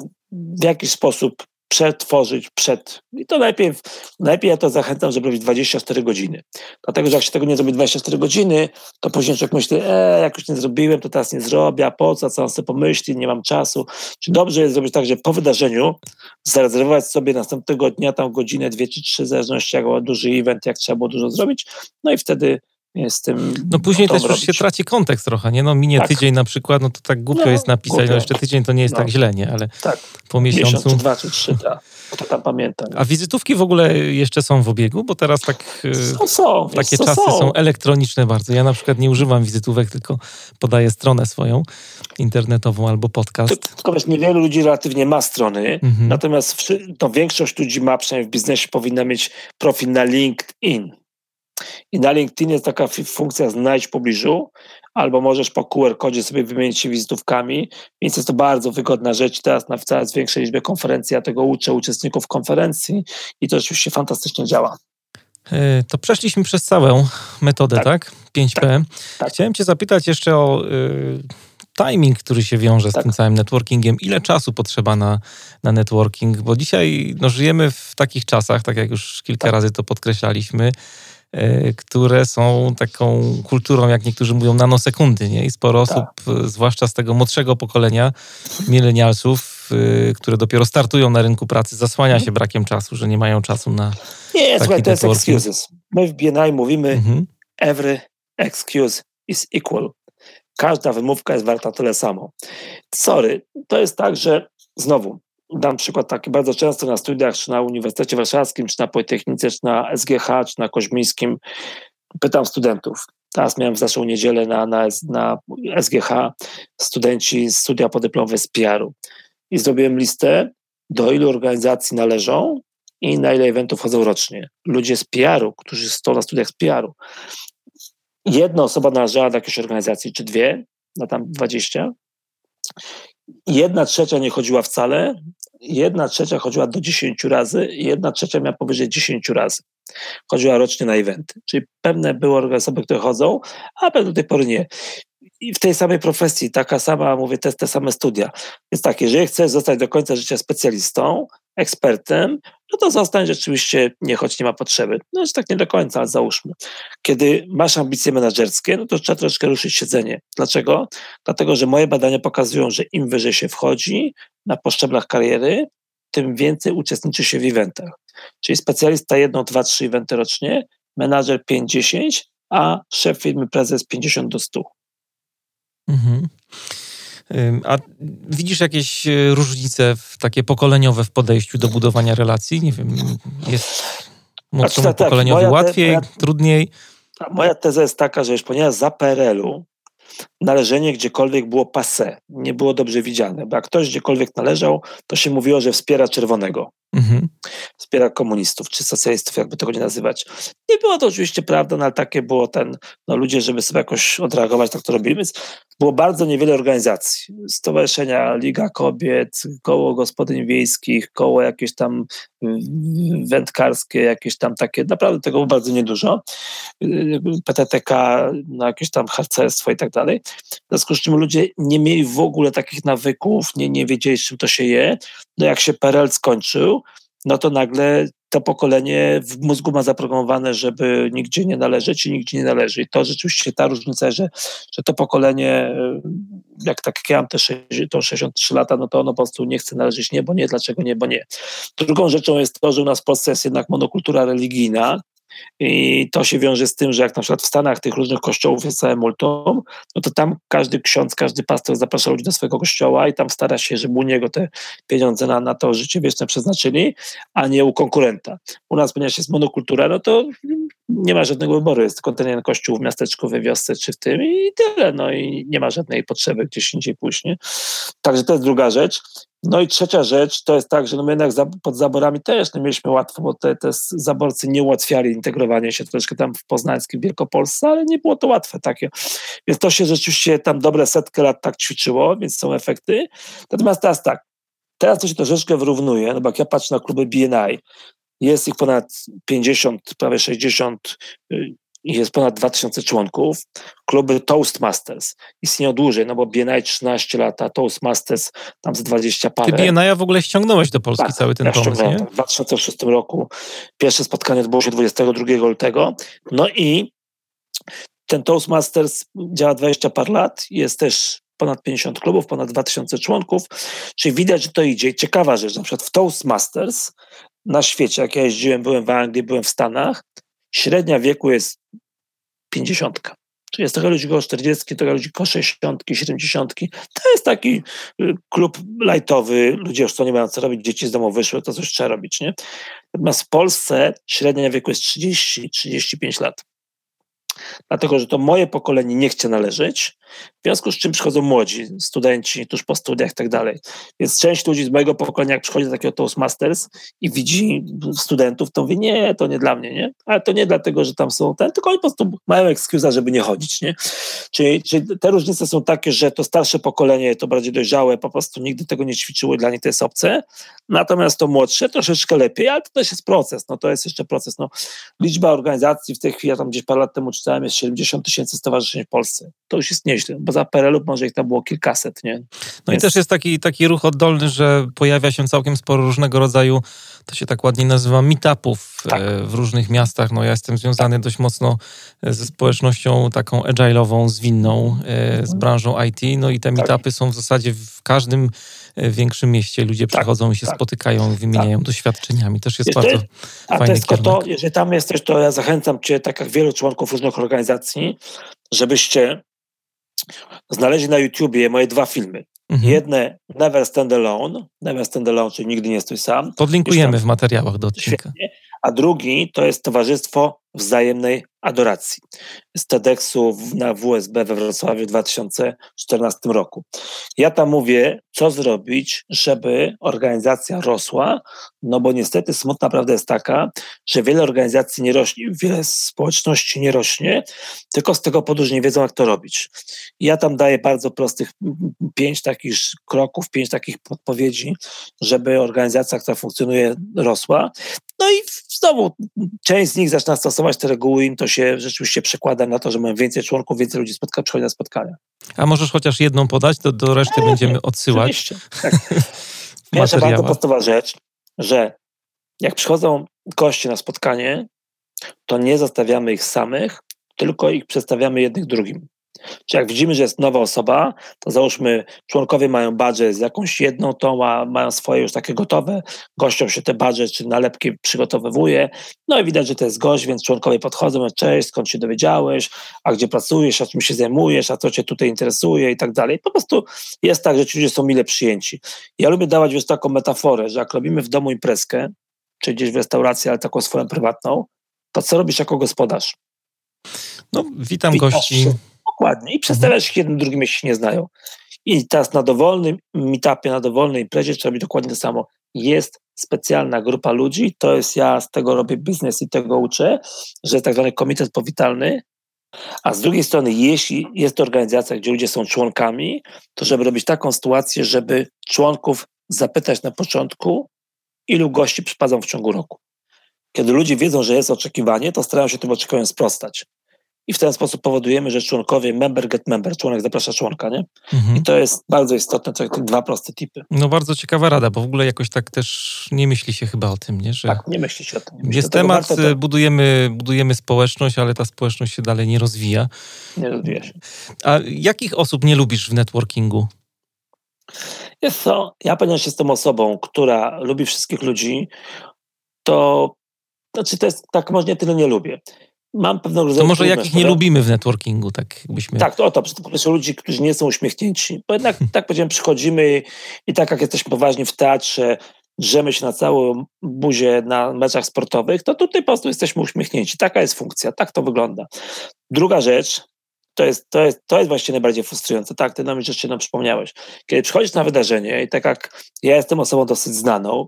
[SPEAKER 2] w jakiś sposób przetworzyć przed. I to najlepiej ja to zachęcam, żeby robić 24 godziny. Dlatego, że jak się tego nie zrobi 24 godziny, to później człowiek myśli, jak już nie zrobiłem, to teraz nie zrobię, a po co on sobie pomyśli, nie mam czasu. Czy dobrze jest zrobić tak, że po wydarzeniu zarezerwować sobie następnego dnia tam godzinę, 2 czy 3, w zależności jak był duży event, jak trzeba było dużo zrobić, no i wtedy z tym.
[SPEAKER 1] No później też już się traci kontekst trochę, nie? No minie tydzień na przykład, no to tak głupio jest napisać, no jeszcze tydzień to nie jest tak źle, nie? Ale po miesiącu...
[SPEAKER 2] Miesiąc, czy 2, czy 3, to tam pamiętam.
[SPEAKER 1] A wizytówki w ogóle jeszcze są w obiegu? Bo teraz takie czasy są elektroniczne bardzo. Ja na przykład nie używam wizytówek, tylko podaję stronę swoją internetową albo podcast.
[SPEAKER 2] Tylko wiesz, niewielu ludzi relatywnie ma strony, natomiast większość ludzi ma, przynajmniej w biznesie, powinna mieć profil na LinkedIn. I na LinkedIn jest taka funkcja znajdź w pobliżu, albo możesz po QR-kodzie sobie wymienić się wizytówkami, więc jest to bardzo wygodna rzecz. Teraz na coraz większej liczbie konferencji ja tego uczę uczestników konferencji i to oczywiście fantastycznie działa.
[SPEAKER 1] To przeszliśmy przez całą metodę, tak? 5P. Tak. Chciałem cię zapytać jeszcze o timing, który się wiąże z tym całym networkingiem. Ile czasu potrzeba na networking? Bo dzisiaj żyjemy w takich czasach, tak jak już kilka razy to podkreślaliśmy, które są taką kulturą, jak niektórzy mówią, nanosekundy, nie? I sporo osób, zwłaszcza z tego młodszego pokolenia, milenialsów, które dopiero startują na rynku pracy, zasłania się brakiem czasu, że nie mają czasu na
[SPEAKER 2] słuchaj, to jest excuses. My w BNI mówimy every excuse is equal. Każda wymówka jest warta tyle samo. Sorry, to jest tak, że znowu, dam przykład taki, bardzo często na studiach, czy na Uniwersytecie Warszawskim, czy na Politechnice, czy na SGH, czy na Koźmińskim, pytam studentów. Teraz miałem w zeszłą niedzielę na SGH studenci studia podyplomowe z PR-u. I zrobiłem listę, do ilu organizacji należą i na ile eventów chodzą rocznie. Ludzie z PR-u, którzy są na studiach z PR-u. Jedna osoba należała do jakiejś organizacji, czy dwie, na tam 20. 1/3 nie chodziła wcale, 1/3 chodziła do 10 razy i 1/3 miała powyżej 10 razy. Chodziła rocznie na eventy. Czyli pewne były osoby, które chodzą, a pewne do tej pory nie. I w tej samej profesji, taka sama, mówię, te same studia. Więc tak, jeżeli chcesz zostać do końca życia specjalistą, ekspertem, no to zostań rzeczywiście, choć nie ma potrzeby. No, tak nie do końca, ale załóżmy. Kiedy masz ambicje menedżerskie, no to trzeba troszkę ruszyć siedzenie. Dlaczego? Dlatego, że moje badania pokazują, że im wyżej się wchodzi na poszczeblach kariery, tym więcej uczestniczy się w eventach. Czyli specjalista 1, 2, 3 eventy rocznie, menadżer 5, 10, a szef firmy, prezes 50 do 100.
[SPEAKER 1] Mhm. A widzisz jakieś różnice takie pokoleniowe w podejściu do budowania relacji? Nie wiem, jest młodszemu pokoleniowi łatwiej, trudniej?
[SPEAKER 2] Moja teza jest taka, że już ponieważ za PRL-u należenie gdziekolwiek było passé, nie było dobrze widziane, bo jak ktoś gdziekolwiek należał, to się mówiło, że wspiera czerwonego. Wspiera komunistów czy socjalistów, jakby tego nie nazywać. Nie było to oczywiście prawda, no ale takie było ludzie, żeby sobie jakoś odreagować, tak to robimy. Więc było bardzo niewiele organizacji. Stowarzyszenia, Liga Kobiet, koło gospodyń wiejskich, koło jakieś tam wędkarskie, jakieś tam takie, naprawdę tego było bardzo niedużo. PTTK, jakieś tam harcerstwo i tak dalej. W związku z czym ludzie nie mieli w ogóle takich nawyków, nie wiedzieli, z czym to się je. No jak się PRL skończył, no to nagle to pokolenie w mózgu ma zaprogramowane, żeby nigdzie nie należeć i nigdzie nie należy. I to rzeczywiście ta różnica, że to pokolenie, jak ja mam to 63 lata, no to ono po prostu nie chce należeć, nie, bo nie, dlaczego nie, bo nie. Drugą rzeczą jest to, że u nas w Polsce jest jednak monokultura religijna, i to się wiąże z tym, że jak na przykład w Stanach tych różnych kościołów jest całe multum, no to tam każdy ksiądz, każdy pastor zaprasza ludzi do swojego kościoła i tam stara się, żeby u niego te pieniądze na to życie wieczne przeznaczyli, a nie u konkurenta. U nas, ponieważ jest monokultura, no to nie ma żadnego wyboru, jest tylko ten jeden kościół w miasteczku, we wiosce czy w tym i tyle, no i nie ma żadnej potrzeby gdzieś indziej pójść, nie? Także to jest druga rzecz. No i trzecia rzecz, to jest tak, że my jednak pod zaborami też nie mieliśmy łatwo, bo te zaborcy nie ułatwiali integrowania się troszkę tam w Poznańskiej Wielkopolsce, ale nie było to łatwe takie. Więc to się rzeczywiście tam dobre setkę lat tak ćwiczyło, więc są efekty. Natomiast teraz to się troszeczkę wyrównuje, no bo jak ja patrzę na kluby BNI, jest ich ponad 50, prawie 60, jest ponad 2000 członków. Kluby Toastmasters istnieją dłużej, no bo BNI 13 lat, a Toastmasters tam z 20 parę.
[SPEAKER 1] Ty BNI w ogóle ściągnąłeś do Polski cały ten pomysł, nie?
[SPEAKER 2] W 2006 roku pierwsze spotkanie odbyło się 22 lutego. No i ten Toastmasters działa 20 par lat, jest też ponad 50 klubów, ponad 2000 członków, czyli widać, że to idzie. Ciekawa rzecz, na przykład w Toastmasters na świecie, jak ja jeździłem, byłem w Anglii, byłem w Stanach, średnia wieku jest 50. Czyli jest trochę ludzi koło 40, trochę ludzi koło 60, 70. To jest taki klub lightowy, ludzie już to nie mają co robić, dzieci z domu wyszły, to coś trzeba robić, nie? Natomiast w Polsce średnia wieku jest 30-35 lat. Dlatego, że to moje pokolenie nie chce należeć, w związku z czym przychodzą młodzi, studenci tuż po studiach i tak dalej. Więc część ludzi z mojego pokolenia, jak przychodzi do takiego Toastmasters i widzi studentów, to mówi, nie, to nie dla mnie, nie? Ale to nie dlatego, że tam są tylko oni po prostu mają excuse'a, żeby nie chodzić, nie? Czyli te różnice są takie, że to starsze pokolenie, to bardziej dojrzałe, po prostu nigdy tego nie ćwiczyły, dla nich to jest obce, natomiast to młodsze troszeczkę lepiej, ale to też jest proces, no to jest jeszcze proces, no. Liczba organizacji w tej chwili, ja tam gdzieś parę lat temu czytałem, jest 70 000 stowarzyszeń w Polsce. To już jest nieźle, bo za PRL-u może ich tam było kilkaset, nie?
[SPEAKER 1] No i też jest taki ruch oddolny, że pojawia się całkiem sporo różnego rodzaju, to się tak ładnie nazywa, meetupów w różnych miastach. No ja jestem związany dość mocno ze społecznością taką agile'ową, zwinną, z branżą IT, no i te meetupy są w zasadzie w każdym większym mieście. Ludzie przychodzą i się spotykają, wymieniają doświadczeniami. Też jest bardzo fajny kierunek.
[SPEAKER 2] Jeżeli tam jesteś, to ja zachęcam cię, tak jak wielu członków różnych organizacji, żebyście znaleźli na YouTubie moje 2 filmy. Jedne Never Stand Alone, czyli Nigdy nie stój sam.
[SPEAKER 1] Podlinkujemy w materiałach do odcinka.
[SPEAKER 2] Świetnie. a drugi to jest Towarzystwo Wzajemnej Adoracji z TEDxu na WSB we Wrocławiu w 2014 roku. Ja tam mówię, co zrobić, żeby organizacja rosła, no bo niestety smutna prawda jest taka, że wiele organizacji nie rośnie, wiele społeczności nie rośnie, tylko z tego powodu, że nie wiedzą, jak to robić. Ja tam daję bardzo prostych 5 takich kroków, 5 takich podpowiedzi, żeby organizacja, która funkcjonuje, rosła. No i znowu część z nich zaczyna stosować te reguły, im to się rzeczywiście przekłada na to, że mają więcej członków, więcej ludzi przychodzi na spotkania.
[SPEAKER 1] A możesz chociaż jedną podać, do reszty będziemy odsyłać.
[SPEAKER 2] Oczywiście, tak. Pierwsza bardzo podstawowa rzecz, że jak przychodzą goście na spotkanie, to nie zostawiamy ich samych, tylko ich przedstawiamy jednych drugim. Czy jak widzimy, że jest nowa osoba, to załóżmy, członkowie mają badże z jakąś jedną tą, mają swoje już takie gotowe, gościom się te badże czy nalepki przygotowywuje, no i widać, że to jest gość, więc członkowie podchodzą, mówią, cześć, skąd się dowiedziałeś, a gdzie pracujesz, a czym się zajmujesz, a co cię tutaj interesuje i tak dalej. Po prostu jest tak, że ci ludzie są mile przyjęci. Ja lubię dawać taką metaforę, że jak robimy w domu imprezkę, czy gdzieś w restauracji, ale taką swoją prywatną, to co robisz jako gospodarz?
[SPEAKER 1] No, witam gości.
[SPEAKER 2] Dokładnie. I przedstawiać się jednym drugim, jeśli się nie znają. I teraz na dowolnym meetupie, na dowolnej imprezie trzeba robić dokładnie to samo. Jest specjalna grupa ludzi, to jest, ja z tego robię biznes i tego uczę, że jest tak zwany komitet powitalny, a z drugiej strony, jeśli jest to organizacja, gdzie ludzie są członkami, to żeby robić taką sytuację, żeby członków zapytać na początku, ilu gości przypadną w ciągu roku. Kiedy ludzie wiedzą, że jest oczekiwanie, to starają się tym oczekiwaniom sprostać. I w ten sposób powodujemy, że członkowie member get member, członek zaprasza członka, nie? I to jest bardzo istotne, to są 2 proste tipy.
[SPEAKER 1] No bardzo ciekawa rada, bo w ogóle jakoś tak też nie myśli się chyba o tym, nie? Że
[SPEAKER 2] tak, nie myśli się o tym.
[SPEAKER 1] Jest temat, budujemy społeczność, ale ta społeczność się dalej nie rozwija.
[SPEAKER 2] Nie rozwija się.
[SPEAKER 1] A jakich osób nie lubisz w networkingu?
[SPEAKER 2] Jest co, ja ponieważ jestem osobą, która lubi wszystkich ludzi, to jest tak, może nie tyle nie lubię. Mam pewną rodzaju...
[SPEAKER 1] To może jakich nie lubimy w networkingu, tak jakbyśmy...
[SPEAKER 2] Tak, to są ludzi, którzy nie są uśmiechnięci. Bo jednak, tak powiedziałem, przychodzimy i tak jak jesteśmy poważni w teatrze, drzemy się na całą buzię na meczach sportowych, to tutaj po prostu jesteśmy uśmiechnięci. Taka jest funkcja, tak to wygląda. Druga rzecz, to jest właściwie najbardziej frustrujące. Tak, ty nam rzeczy przypomniałeś. Kiedy przychodzisz na wydarzenie i tak jak ja jestem osobą dosyć znaną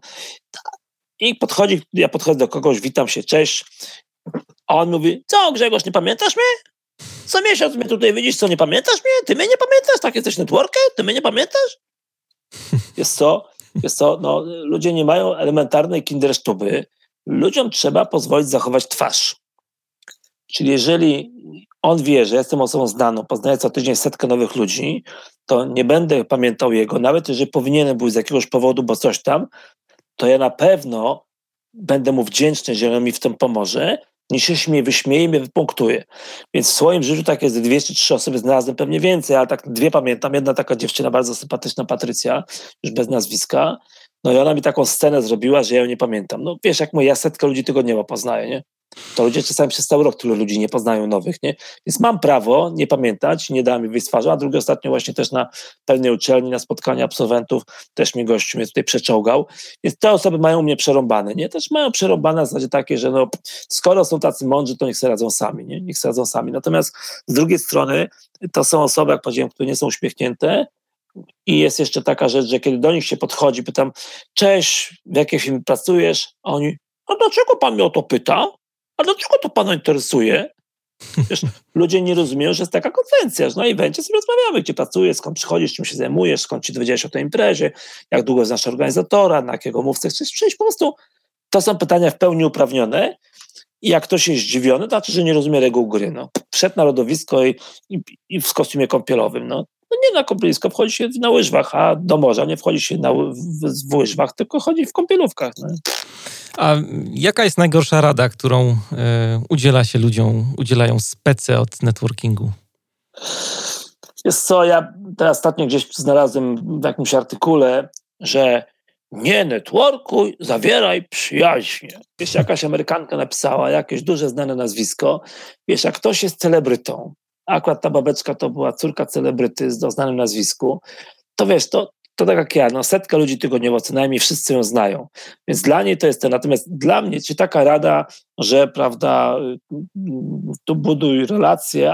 [SPEAKER 2] i ja podchodzę do kogoś, witam się, cześć, a on mówi, co Grzegorz, nie pamiętasz mnie? Co miesiąc mnie tutaj widzisz, co nie pamiętasz mnie? Ty mnie nie pamiętasz? Tak jesteś networker? Ty mnie nie pamiętasz? Jest co, no, ludzie nie mają elementarnej kindersztuby. Ludziom trzeba pozwolić zachować twarz. Czyli jeżeli on wie, że jestem osobą znaną, poznaję co tydzień 100 nowych ludzi, to nie będę pamiętał jego, nawet jeżeli powinienem był z jakiegoś powodu, bo coś tam, to ja na pewno będę mu wdzięczny, że on mi w tym pomoże, niż się mnie wyśmieje i mnie wypunktuje. Więc w swoim życiu tak jest 2 czy 3 osoby znalazłem, pewnie więcej, ale tak 2 pamiętam. Jedna taka dziewczyna bardzo sympatyczna, Patrycja, już bez nazwiska, no i ona mi taką scenę zrobiła, że ja ją nie pamiętam. No wiesz, jak ja 100 ludzi tygodniowo poznaję, nie? To ludzie czasami przez cały rok tylu ludzi nie poznają nowych, nie? Więc mam prawo nie pamiętać, nie da mi wyjść z twarzy, a drugi ostatnio właśnie też na pewnej uczelni, na spotkaniu absolwentów, też mi gościu mnie tutaj przeczołgał. Więc te osoby mają mnie przerąbane, nie? Też mają przerąbane w zasadzie takie, że no, skoro są tacy mądrzy, to niech sobie radzą sami, nie? Niech sobie radzą sami. Natomiast z drugiej strony to są osoby, jak powiedziałem, które nie są uśmiechnięte. I jest jeszcze taka rzecz, że kiedy do nich się podchodzi, pytam, cześć, w jakiej firmie pracujesz? A oni, a dlaczego pan mnie o to pyta? A dlaczego to pana interesuje? Wiesz, ludzie nie rozumieją, że jest taka konwencja, że na evencie sobie rozmawiamy, gdzie pracujesz, skąd przychodzisz, czym się zajmujesz, skąd ci dowiedziałeś o tej imprezie, jak długo znasz organizatora, na jakiego mówcę chcesz przyjść. Po prostu to są pytania w pełni uprawnione i jak ktoś jest zdziwiony, to znaczy, że nie rozumie reguł gry. No. Wszedł na lodowisko i w kostiumie kąpielowym. No nie na kąpielisko, wchodzi się na łyżwach, a do morza nie wchodzi się w łyżwach, tylko chodzi w kąpielówkach. No.
[SPEAKER 1] A jaka jest najgorsza rada, którą udzielają spece od networkingu?
[SPEAKER 2] Jest co, ja teraz ostatnio gdzieś znalazłem w jakimś artykule, że nie networkuj, zawieraj przyjaźnie. Wiesz, jakaś Amerykanka napisała, jakieś duże znane nazwisko. Wiesz, jak ktoś jest celebrytą, akurat ta babeczka to była córka celebryty o znanym nazwisku, to wiesz, to to tak jak ja, no 100 ludzi tygodniowo co najmniej, wszyscy ją znają. Więc dla niej to jest to. Natomiast dla mnie, czy taka rada, że prawda, tu buduj relacje,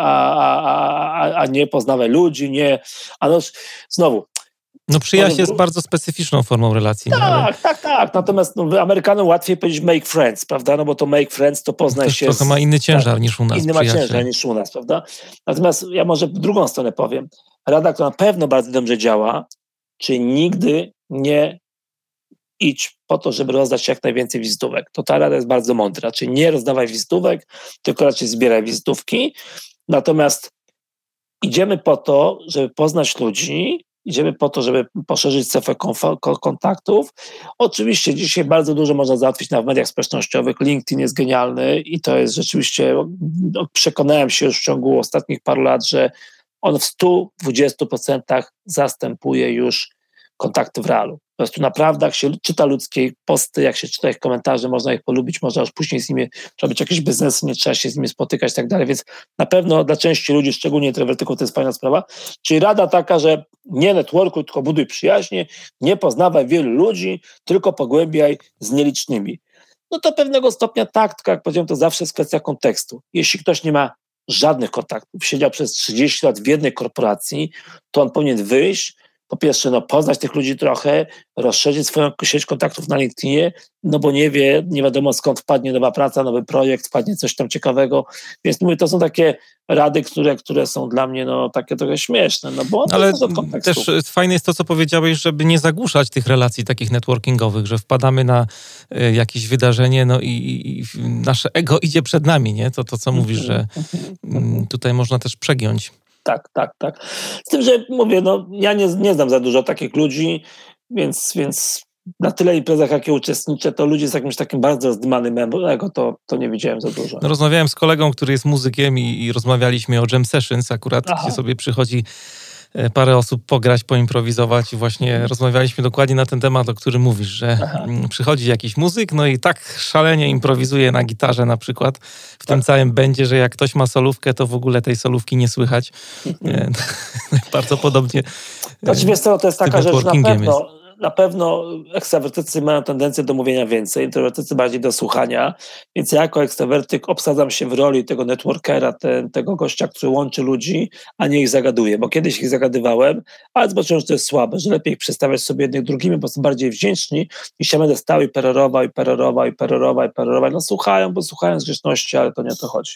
[SPEAKER 2] a nie poznawaj ludzi, nie. A no znowu.
[SPEAKER 1] No przyjaźń jest bardzo specyficzną formą relacji.
[SPEAKER 2] Tak. Natomiast Amerykanom łatwiej powiedzieć make friends, prawda? No bo to make friends to poznaj
[SPEAKER 1] też
[SPEAKER 2] się.
[SPEAKER 1] Trochę ma inny ciężar niż u nas.
[SPEAKER 2] Inny ma ciężar niż u nas, prawda? Natomiast ja może w drugą stronę powiem. Rada, która na pewno bardzo dobrze działa, czyli nigdy nie idź po to, żeby rozdać jak najwięcej wizytówek. To ta rada jest bardzo mądra, czyli nie rozdawaj wizytówek, tylko raczej zbieraj wizytówki. Natomiast idziemy po to, żeby poznać ludzi, idziemy po to, żeby poszerzyć strefę kontaktów. Oczywiście dzisiaj bardzo dużo można załatwić na mediach społecznościowych. LinkedIn jest genialny i to jest rzeczywiście, przekonałem się już w ciągu ostatnich paru lat, że on w 120% zastępuje już kontakty w realu. Po prostu naprawdę, jak się czyta ludzkie posty, jak się czyta ich komentarze, można ich polubić, można już później z nimi robić jakieś biznesy, nie trzeba się z nimi spotykać i tak dalej, więc na pewno dla części ludzi, szczególnie introwertyków, to jest fajna sprawa. Czyli rada taka, że nie networkuj, tylko buduj przyjaźnie, nie poznawaj wielu ludzi, tylko pogłębiaj z nielicznymi. No to pewnego stopnia tak, tylko jak powiedziałem, to zawsze jest kwestia kontekstu. Jeśli ktoś nie ma żadnych kontaktów, siedział przez 30 lat w jednej korporacji, to on powinien wyjść, po pierwsze, poznać tych ludzi trochę, rozszerzyć swoją sieć kontaktów na LinkedInie, no bo nie wiadomo skąd wpadnie nowa praca, nowy projekt, wpadnie coś tam ciekawego, więc mówię, to są takie rady, które są dla mnie takie trochę śmieszne, bo
[SPEAKER 1] ale
[SPEAKER 2] to kontekstu.
[SPEAKER 1] Też fajne jest to, co powiedziałeś, żeby nie zagłuszać tych relacji takich networkingowych, że wpadamy na jakieś wydarzenie, i nasze ego idzie przed nami, nie? To co mówisz, że tutaj można też przegiąć.
[SPEAKER 2] Tak. Z tym, że mówię, ja nie znam za dużo takich ludzi, więc na tyle imprezach, jakie uczestniczę, to ludzi z jakimś takim bardzo zdymanym ego, to nie widziałem za dużo.
[SPEAKER 1] Rozmawiałem z kolegą, który jest muzykiem i rozmawialiśmy o jam sessions akurat, gdzie sobie przychodzi parę osób pograć, poimprowizować i właśnie rozmawialiśmy dokładnie na ten temat, o którym mówisz, że przychodzi jakiś muzyk, i tak szalenie improwizuje na gitarze na przykład w tym całym będzie, że jak ktoś ma solówkę, to w ogóle tej solówki nie słychać. Bardzo podobnie.
[SPEAKER 2] Znaczy, wiesz co, to jest taka rzecz na pewno ekstrawertycy mają tendencję do mówienia więcej, introwertycy bardziej do słuchania, więc ja jako ekstrawertyk obsadzam się w roli tego networkera, tego gościa, który łączy ludzi, a nie ich zagaduje, bo kiedyś ich zagadywałem, ale zobaczyłem, że to jest słabe, że lepiej ich przestawiać sobie jednych drugimi, bo są bardziej wdzięczni, niż ja będę stał i perorował. Słuchają, bo słuchają z grzeczności, ale to nie o to chodzi.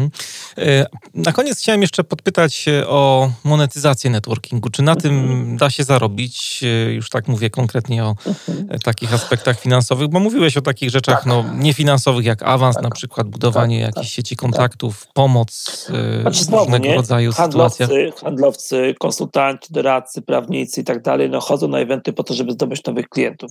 [SPEAKER 1] Na koniec chciałem jeszcze podpytać o monetyzację networkingu. Czy na tym da się zarobić? Już tak mówię konkretnie o takich aspektach finansowych, bo mówiłeś o takich rzeczach niefinansowych, jak awans, na przykład budowanie jakiejś sieci kontaktów, pomoc w różnego rodzaju sytuacjach.
[SPEAKER 2] Handlowcy, konsultanci, doradcy, prawnicy i tak dalej, chodzą na eventy po to, żeby zdobyć nowych klientów.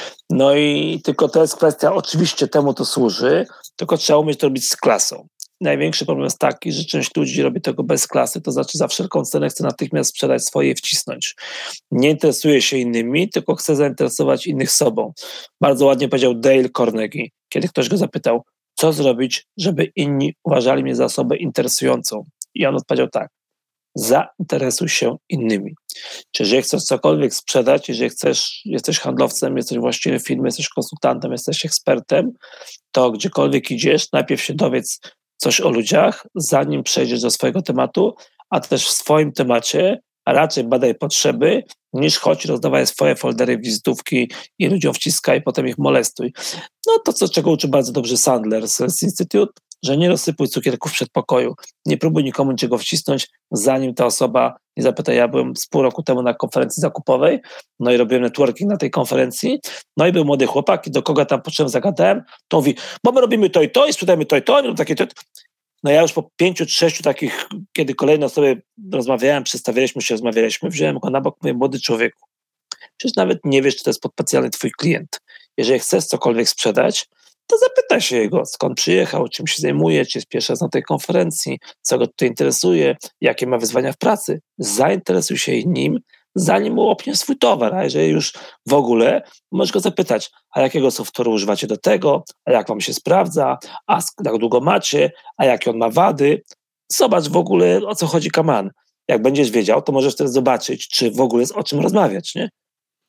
[SPEAKER 2] I tylko to jest kwestia, oczywiście temu to służy, tylko trzeba umieć to robić z klasą. Największy problem jest taki, że część ludzi robi tego bez klasy, to znaczy za wszelką cenę chce natychmiast sprzedać swoje i wcisnąć. Nie interesuje się innymi, tylko chce zainteresować innych sobą. Bardzo ładnie powiedział Dale Carnegie, kiedy ktoś go zapytał, co zrobić, żeby inni uważali mnie za osobę interesującą. I on odpowiedział tak, zainteresuj się innymi. Czyli jeżeli chcesz cokolwiek sprzedać, jeżeli jesteś handlowcem, jesteś właścicielem firmy, jesteś konsultantem, jesteś ekspertem, to gdziekolwiek idziesz, najpierw się dowiedz coś o ludziach, zanim przejdziesz do swojego tematu, a też w swoim temacie raczej badaj potrzeby, niż chodź rozdawaj swoje foldery, wizytówki i ludziom wciskaj i potem ich molestuj. To, czego uczy bardzo dobrze Sandler z Sales Institute, że nie rozsypuj cukierków w przedpokoju, nie próbuj nikomu niczego wcisnąć, zanim ta osoba nie zapyta. Ja byłem z pół roku temu na konferencji zakupowej, i robiłem networking na tej konferencji, i był młody chłopak i do kogo tam potrzebem zagadałem, to mówi, bo my robimy to i sprzedajemy to i to, takie to. Ja już po 5 czy 6 takich, kiedy kolejno sobie rozmawialiśmy, wziąłem go na bok, mówię, młody człowieku, przecież nawet nie wiesz, czy to jest potencjalny twój klient. Jeżeli chcesz cokolwiek sprzedać, to zapytaj się jego, skąd przyjechał, czym się zajmuje, czy jest pierwszy raz na tej konferencji, co go tutaj interesuje, jakie ma wyzwania w pracy. Zainteresuj się nim, zanim mu opniesz swój towar, a jeżeli już w ogóle, możesz go zapytać, a jakiego software'u używacie do tego, a jak wam się sprawdza, a jak długo macie, a jakie on ma wady. Zobacz w ogóle, o co chodzi kaman. Jak będziesz wiedział, to możesz wtedy zobaczyć, czy w ogóle jest o czym rozmawiać, nie?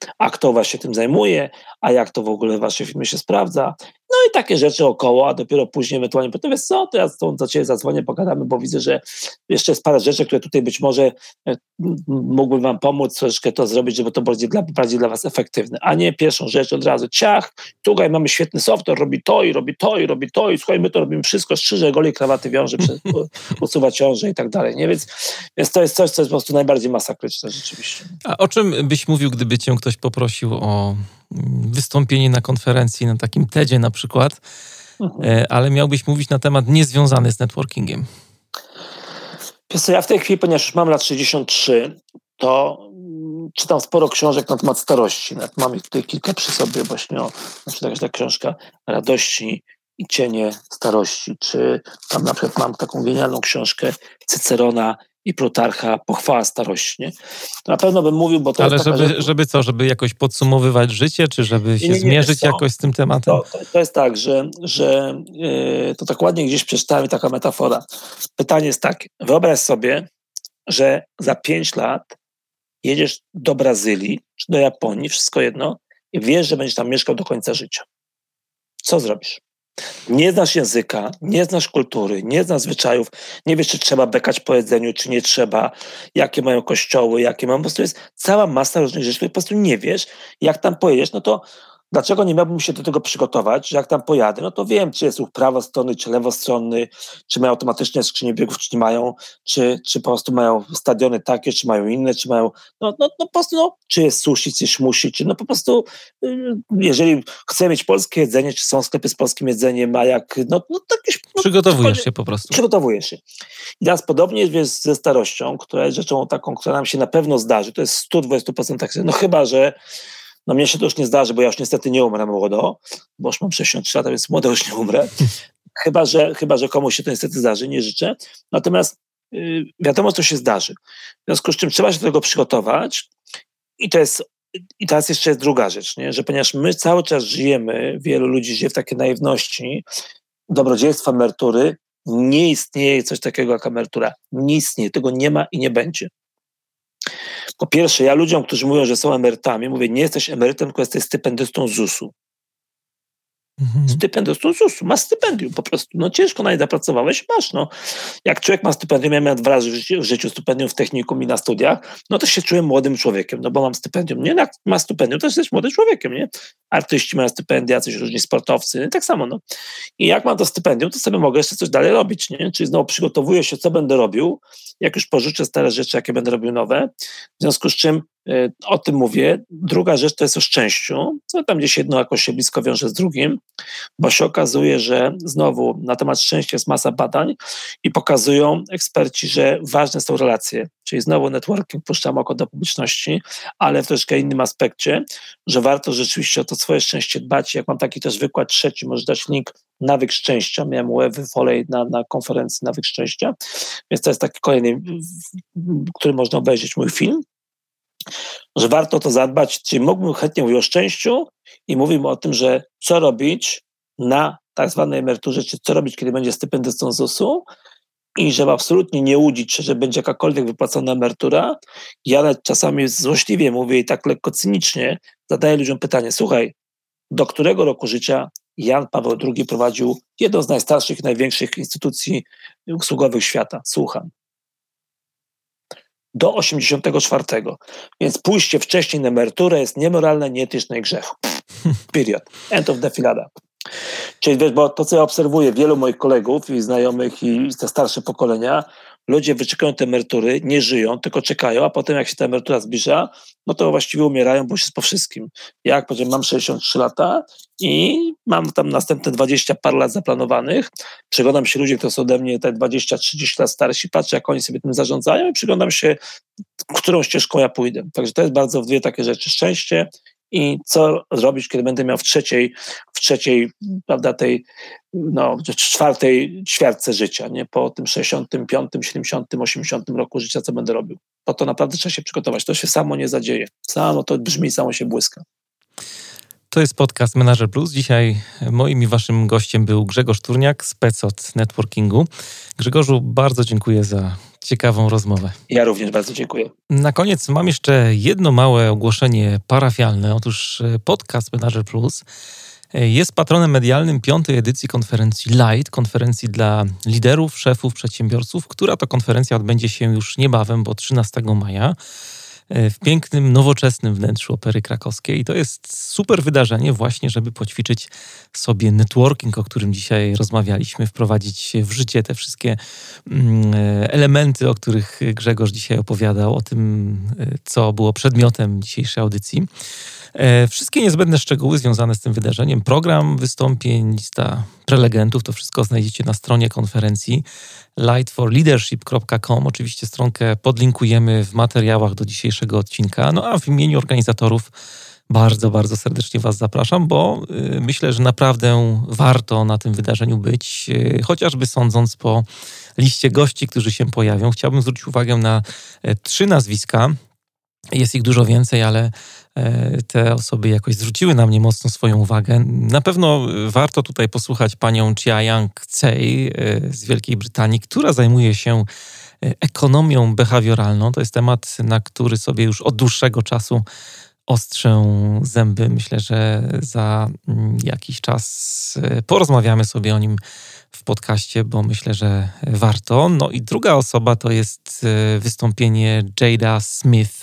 [SPEAKER 2] a kto was się tym zajmuje, a jak to w ogóle w waszej firmie się sprawdza. No i takie rzeczy około, a dopiero później ewentualnie potem, wiesz co, to ja do ciebie zadzwonię, pogadamy, bo widzę, że jeszcze jest parę rzeczy, które tutaj być może mógłbym wam pomóc troszeczkę to zrobić, żeby to bardziej dla was efektywne, a nie pierwszą rzecz od razu, ciach, tutaj mamy świetny software, robi to i robi to i robi to i słuchaj, my to robimy wszystko, strzyże, goli, krawaty wiąże, usuwa ciąże i tak dalej, nie? Więc to jest coś, co jest po prostu najbardziej masakryczne rzeczywiście.
[SPEAKER 1] A o czym byś mówił, gdyby cię ktoś poprosił o wystąpienie na konferencji, na takim TED-zie na przykład, ale miałbyś mówić na temat niezwiązany z networkingiem?
[SPEAKER 2] Wiesz co, ja w tej chwili, ponieważ już mam lat 63, to czytam sporo książek na temat starości. Mam ich tutaj kilka przy sobie właśnie, na przykład ta książka Radości i cienie starości, czy tam na przykład mam taką genialną książkę Cycerona i Plutarcha Pochwała starości. Nie? To na pewno bym mówił, bo to
[SPEAKER 1] ale
[SPEAKER 2] jest
[SPEAKER 1] żeby co, żeby jakoś podsumowywać życie, czy żeby się zmierzyć jakoś z tym tematem?
[SPEAKER 2] To jest tak, że to tak ładnie gdzieś przeczytałem, taka metafora. Pytanie jest takie, wyobraź sobie, że za 5 lat jedziesz do Brazylii, czy do Japonii, wszystko jedno, i wiesz, że będziesz tam mieszkał do końca życia. Co zrobisz? Nie znasz języka, nie znasz kultury, nie znasz zwyczajów, nie wiesz, czy trzeba bekać po jedzeniu, czy nie trzeba, jakie mają kościoły, jakie mają, po prostu jest cała masa różnych rzeczy, których po prostu nie wiesz, jak tam pojedziesz, no to dlaczego nie miałbym się do tego przygotować, że jak tam pojadę, no to wiem, czy jest ruch prawostronny, czy lewostronny, czy mają automatyczne skrzynie biegów, czy nie mają, czy po prostu mają stadiony takie, czy mają inne, czy mają, no po prostu, czy jest sushi, czy szmusi, czy no po prostu, jeżeli chcę mieć polskie jedzenie, czy są sklepy z polskim jedzeniem, a jak,
[SPEAKER 1] przygotowujesz się po prostu.
[SPEAKER 2] Przygotowujesz się. I teraz podobnie jest, wiesz, ze starością, która jest rzeczą taką, która nam się na pewno zdarzy, to jest w 120% tak, no chyba, że no mnie się to już nie zdarzy, bo ja już niestety nie umrę młodo, bo już mam 63 lata, więc młodo już nie umrę. Chyba, że komuś się to niestety zdarzy, nie życzę. Natomiast wiadomo, co się zdarzy. W związku z czym trzeba się do tego przygotować i teraz jeszcze jest druga rzecz, nie? Że ponieważ my cały czas żyjemy, wielu ludzi żyje w takiej naiwności, dobrodziejstwa emerytury, nie istnieje coś takiego jak emerytura. Nie istnieje, tego nie ma i nie będzie. Po pierwsze, ja ludziom, którzy mówią, że są emerytami, mówię, nie jesteś emerytem, tylko jesteś stypendystą ZUS-u. Stypendystą ZUS-u, masz stypendium po prostu. No ciężko na nie zapracowałeś, masz. No. Jak człowiek ma stypendium, ja miałem 2 razy w życiu stypendium w technikum i na studiach, no to się czułem młodym człowiekiem, no bo mam stypendium. Nie, jak masz stypendium, to jesteś młodym człowiekiem, nie? Artyści mają stypendia, coś różni sportowcy, nie? Tak samo, no. I jak mam to stypendium, to sobie mogę jeszcze coś dalej robić, nie? Czyli znowu przygotowuję się, co będę robił, jak już pożyczę stare rzeczy, jakie będę robił nowe. W związku z czym o tym mówię. Druga rzecz to jest o szczęściu, co tam gdzieś jedno jakoś się blisko wiąże z drugim, bo się okazuje, że znowu na temat szczęścia jest masa badań i pokazują eksperci, że ważne są relacje, czyli znowu networking, puszczam oko do publiczności, ale w troszkę innym aspekcie, że warto rzeczywiście o to swoje szczęście dbać. Jak mam taki też wykład trzeci, może dać link, Nawyk Szczęścia, miałem Ewy Foley na konferencji Nawyk Szczęścia, więc to jest taki kolejny, który można obejrzeć mój film, że warto o to zadbać, czyli mógłbym chętnie mówić o szczęściu i mówimy o tym, że co robić na tak zwanej emeryturze, czy co robić, kiedy będzie stypendystą ZUS-u i żeby absolutnie nie łudzić się, że będzie jakakolwiek wypłacona emerytura. Ja nawet czasami złośliwie mówię i tak lekko cynicznie zadaję ludziom pytanie, słuchaj, do którego roku życia Jan Paweł II prowadził jedną z najstarszych i największych instytucji usługowych świata? Słucham. Do 84. Więc pójście wcześniej na emeryturę jest niemoralne, nieetyczne i grzech. Period. End of defilada. Czyli wiesz, bo to, co ja obserwuję, wielu moich kolegów i znajomych i te starsze pokolenia, ludzie wyczekują te emerytury, nie żyją, tylko czekają, a potem jak się ta emerytura zbliża, no to właściwie umierają, bo już jest po wszystkim. Ja, jak powiedziałem, mam 63 lata i mam tam następne 20 parę lat zaplanowanych. Przyglądam się ludzi, którzy są ode mnie te 20-30 lat starsi, patrzę, jak oni sobie tym zarządzają i przyglądam się, którą ścieżką ja pójdę. Także to jest bardzo dwie takie rzeczy. Szczęście i co zrobić, kiedy będę miał w trzeciej, prawda, tej, no, 4. ćwiartce życia, nie? Po tym 65., 70., 80. roku życia, co będę robił. Po to naprawdę trzeba się przygotować. To się samo nie zadzieje. Samo to brzmi, samo się błyska.
[SPEAKER 1] To jest podcast Manager Plus. Dzisiaj moim i waszym gościem był Grzegorz Turniak, spec od networkingu. Grzegorzu, bardzo dziękuję za ciekawą rozmowę.
[SPEAKER 2] Ja również bardzo dziękuję.
[SPEAKER 1] Na koniec mam jeszcze jedno małe ogłoszenie parafialne. Otóż podcast Manager Plus jest patronem medialnym 5. edycji konferencji Light, konferencji dla liderów, szefów, przedsiębiorców, która to konferencja odbędzie się już niebawem, bo 13 maja. W pięknym, nowoczesnym wnętrzu Opery Krakowskiej. I to jest super wydarzenie właśnie, żeby poćwiczyć sobie networking, o którym dzisiaj rozmawialiśmy, wprowadzić w życie te wszystkie elementy, o których Grzegorz dzisiaj opowiadał, o tym, co było przedmiotem dzisiejszej audycji. Wszystkie niezbędne szczegóły związane z tym wydarzeniem, program wystąpień, lista prelegentów, to wszystko znajdziecie na stronie konferencji lightforleadership.com. Oczywiście stronkę podlinkujemy w materiałach do dzisiejszego odcinka. No a w imieniu organizatorów bardzo, bardzo serdecznie was zapraszam, bo myślę, że naprawdę warto na tym wydarzeniu być, chociażby sądząc po liście gości, którzy się pojawią. Chciałbym zwrócić uwagę na 3 nazwiska. Jest ich dużo więcej, ale te osoby jakoś zwróciły na mnie mocno swoją uwagę. Na pewno warto tutaj posłuchać panią Chia-Yang Tsei z Wielkiej Brytanii, która zajmuje się ekonomią behawioralną. To jest temat, na który sobie już od dłuższego czasu ostrzę zęby. Myślę, że za jakiś czas porozmawiamy sobie o nim w podcaście, bo myślę, że warto. No i druga osoba to jest wystąpienie Jada Smith,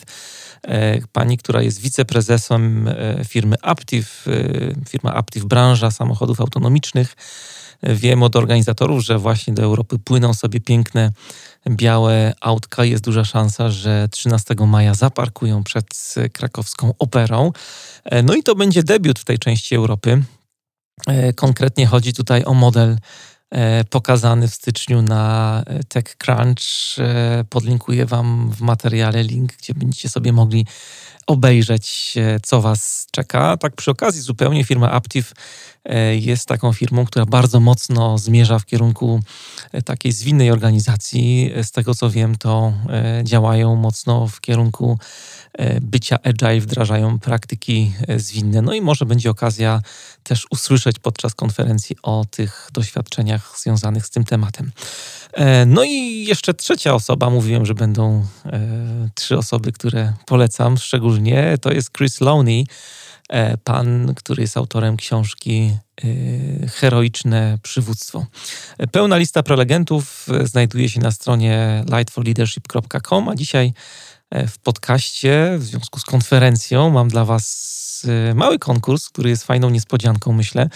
[SPEAKER 1] pani, która jest wiceprezesem firmy Aptiv. Firma Aptiv, branża samochodów autonomicznych. Wiem od organizatorów, że właśnie do Europy płyną sobie piękne, białe autka. Jest duża szansa, że 13 maja zaparkują przed krakowską Operą. No i to będzie debiut w tej części Europy. Konkretnie chodzi tutaj o model pokazany w styczniu na TechCrunch. Podlinkuję wam w materiale link, gdzie będziecie sobie mogli obejrzeć, co was czeka. Tak przy okazji zupełnie firma Aptiv jest taką firmą, która bardzo mocno zmierza w kierunku takiej zwinnej organizacji. Z tego co wiem, to działają mocno w kierunku bycia agile, wdrażają praktyki zwinne. No i może będzie okazja też usłyszeć podczas konferencji o tych doświadczeniach związanych z tym tematem. No i jeszcze trzecia osoba, mówiłem, że będą 3 osoby, które polecam szczególnie, to jest Chris Lowney, pan, który jest autorem książki Heroiczne przywództwo. Pełna lista prelegentów znajduje się na stronie lightforleadership.com, a dzisiaj w podcaście w związku z konferencją mam dla was mały konkurs, który jest fajną niespodzianką, myślę,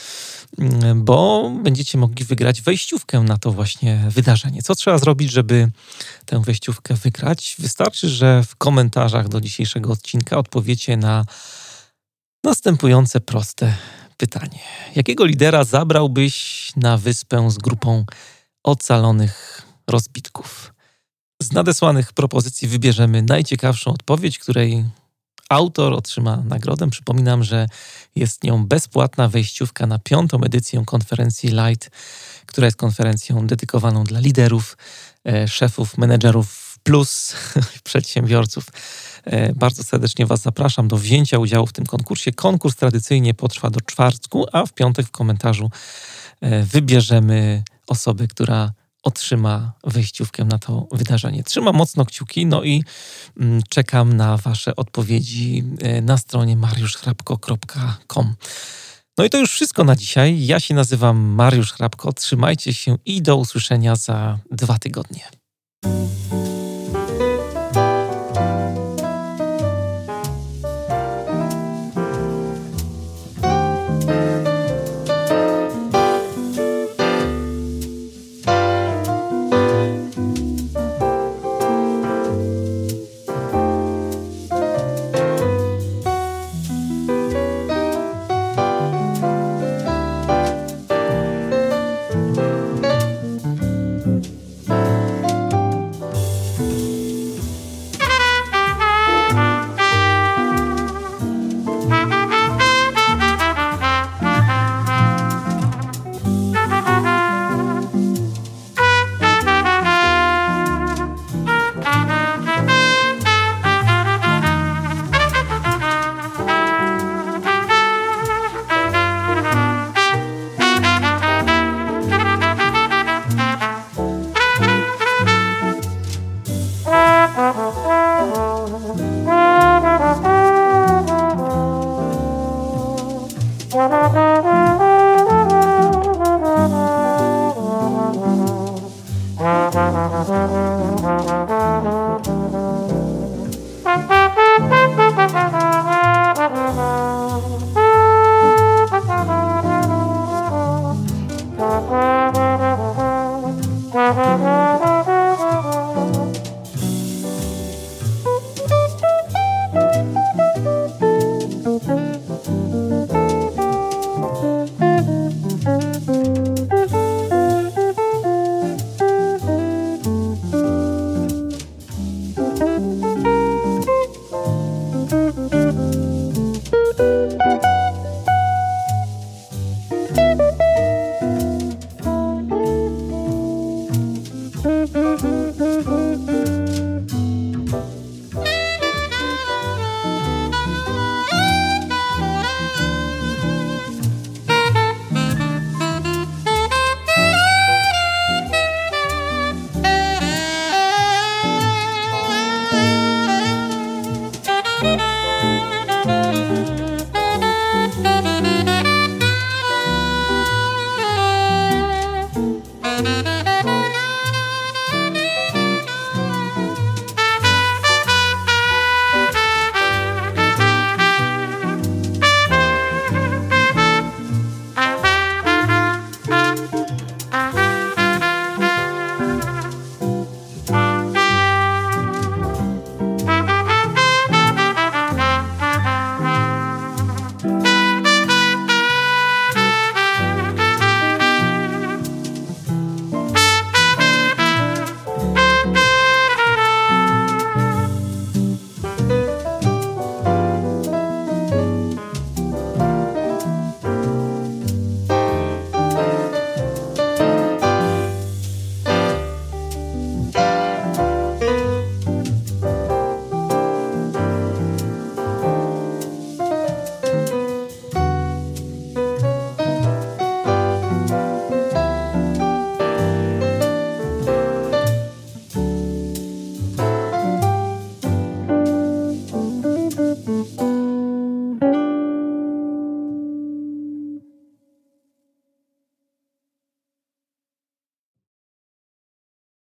[SPEAKER 1] bo będziecie mogli wygrać wejściówkę na to właśnie wydarzenie. Co trzeba zrobić, żeby tę wejściówkę wygrać? Wystarczy, że w komentarzach do dzisiejszego odcinka odpowiecie na następujące proste pytanie. Jakiego lidera zabrałbyś na wyspę z grupą ocalonych rozbitków? Z nadesłanych propozycji wybierzemy najciekawszą odpowiedź, której autor otrzyma nagrodę. Przypominam, że jest nią bezpłatna wejściówka na 5. edycję konferencji Light, która jest konferencją dedykowaną dla liderów, szefów, menedżerów plus przedsiębiorców. Bardzo serdecznie was zapraszam do wzięcia udziału w tym konkursie. Konkurs tradycyjnie potrwa do czwartku, a w piątek w komentarzu wybierzemy osobę, która otrzyma wejściówkę na to wydarzenie. Trzymam mocno kciuki, no i czekam na wasze odpowiedzi na stronie mariuszchrapko.com. No i to już wszystko na dzisiaj. Ja się nazywam Mariusz Chrapko. Trzymajcie się i do usłyszenia za 2 tygodnie.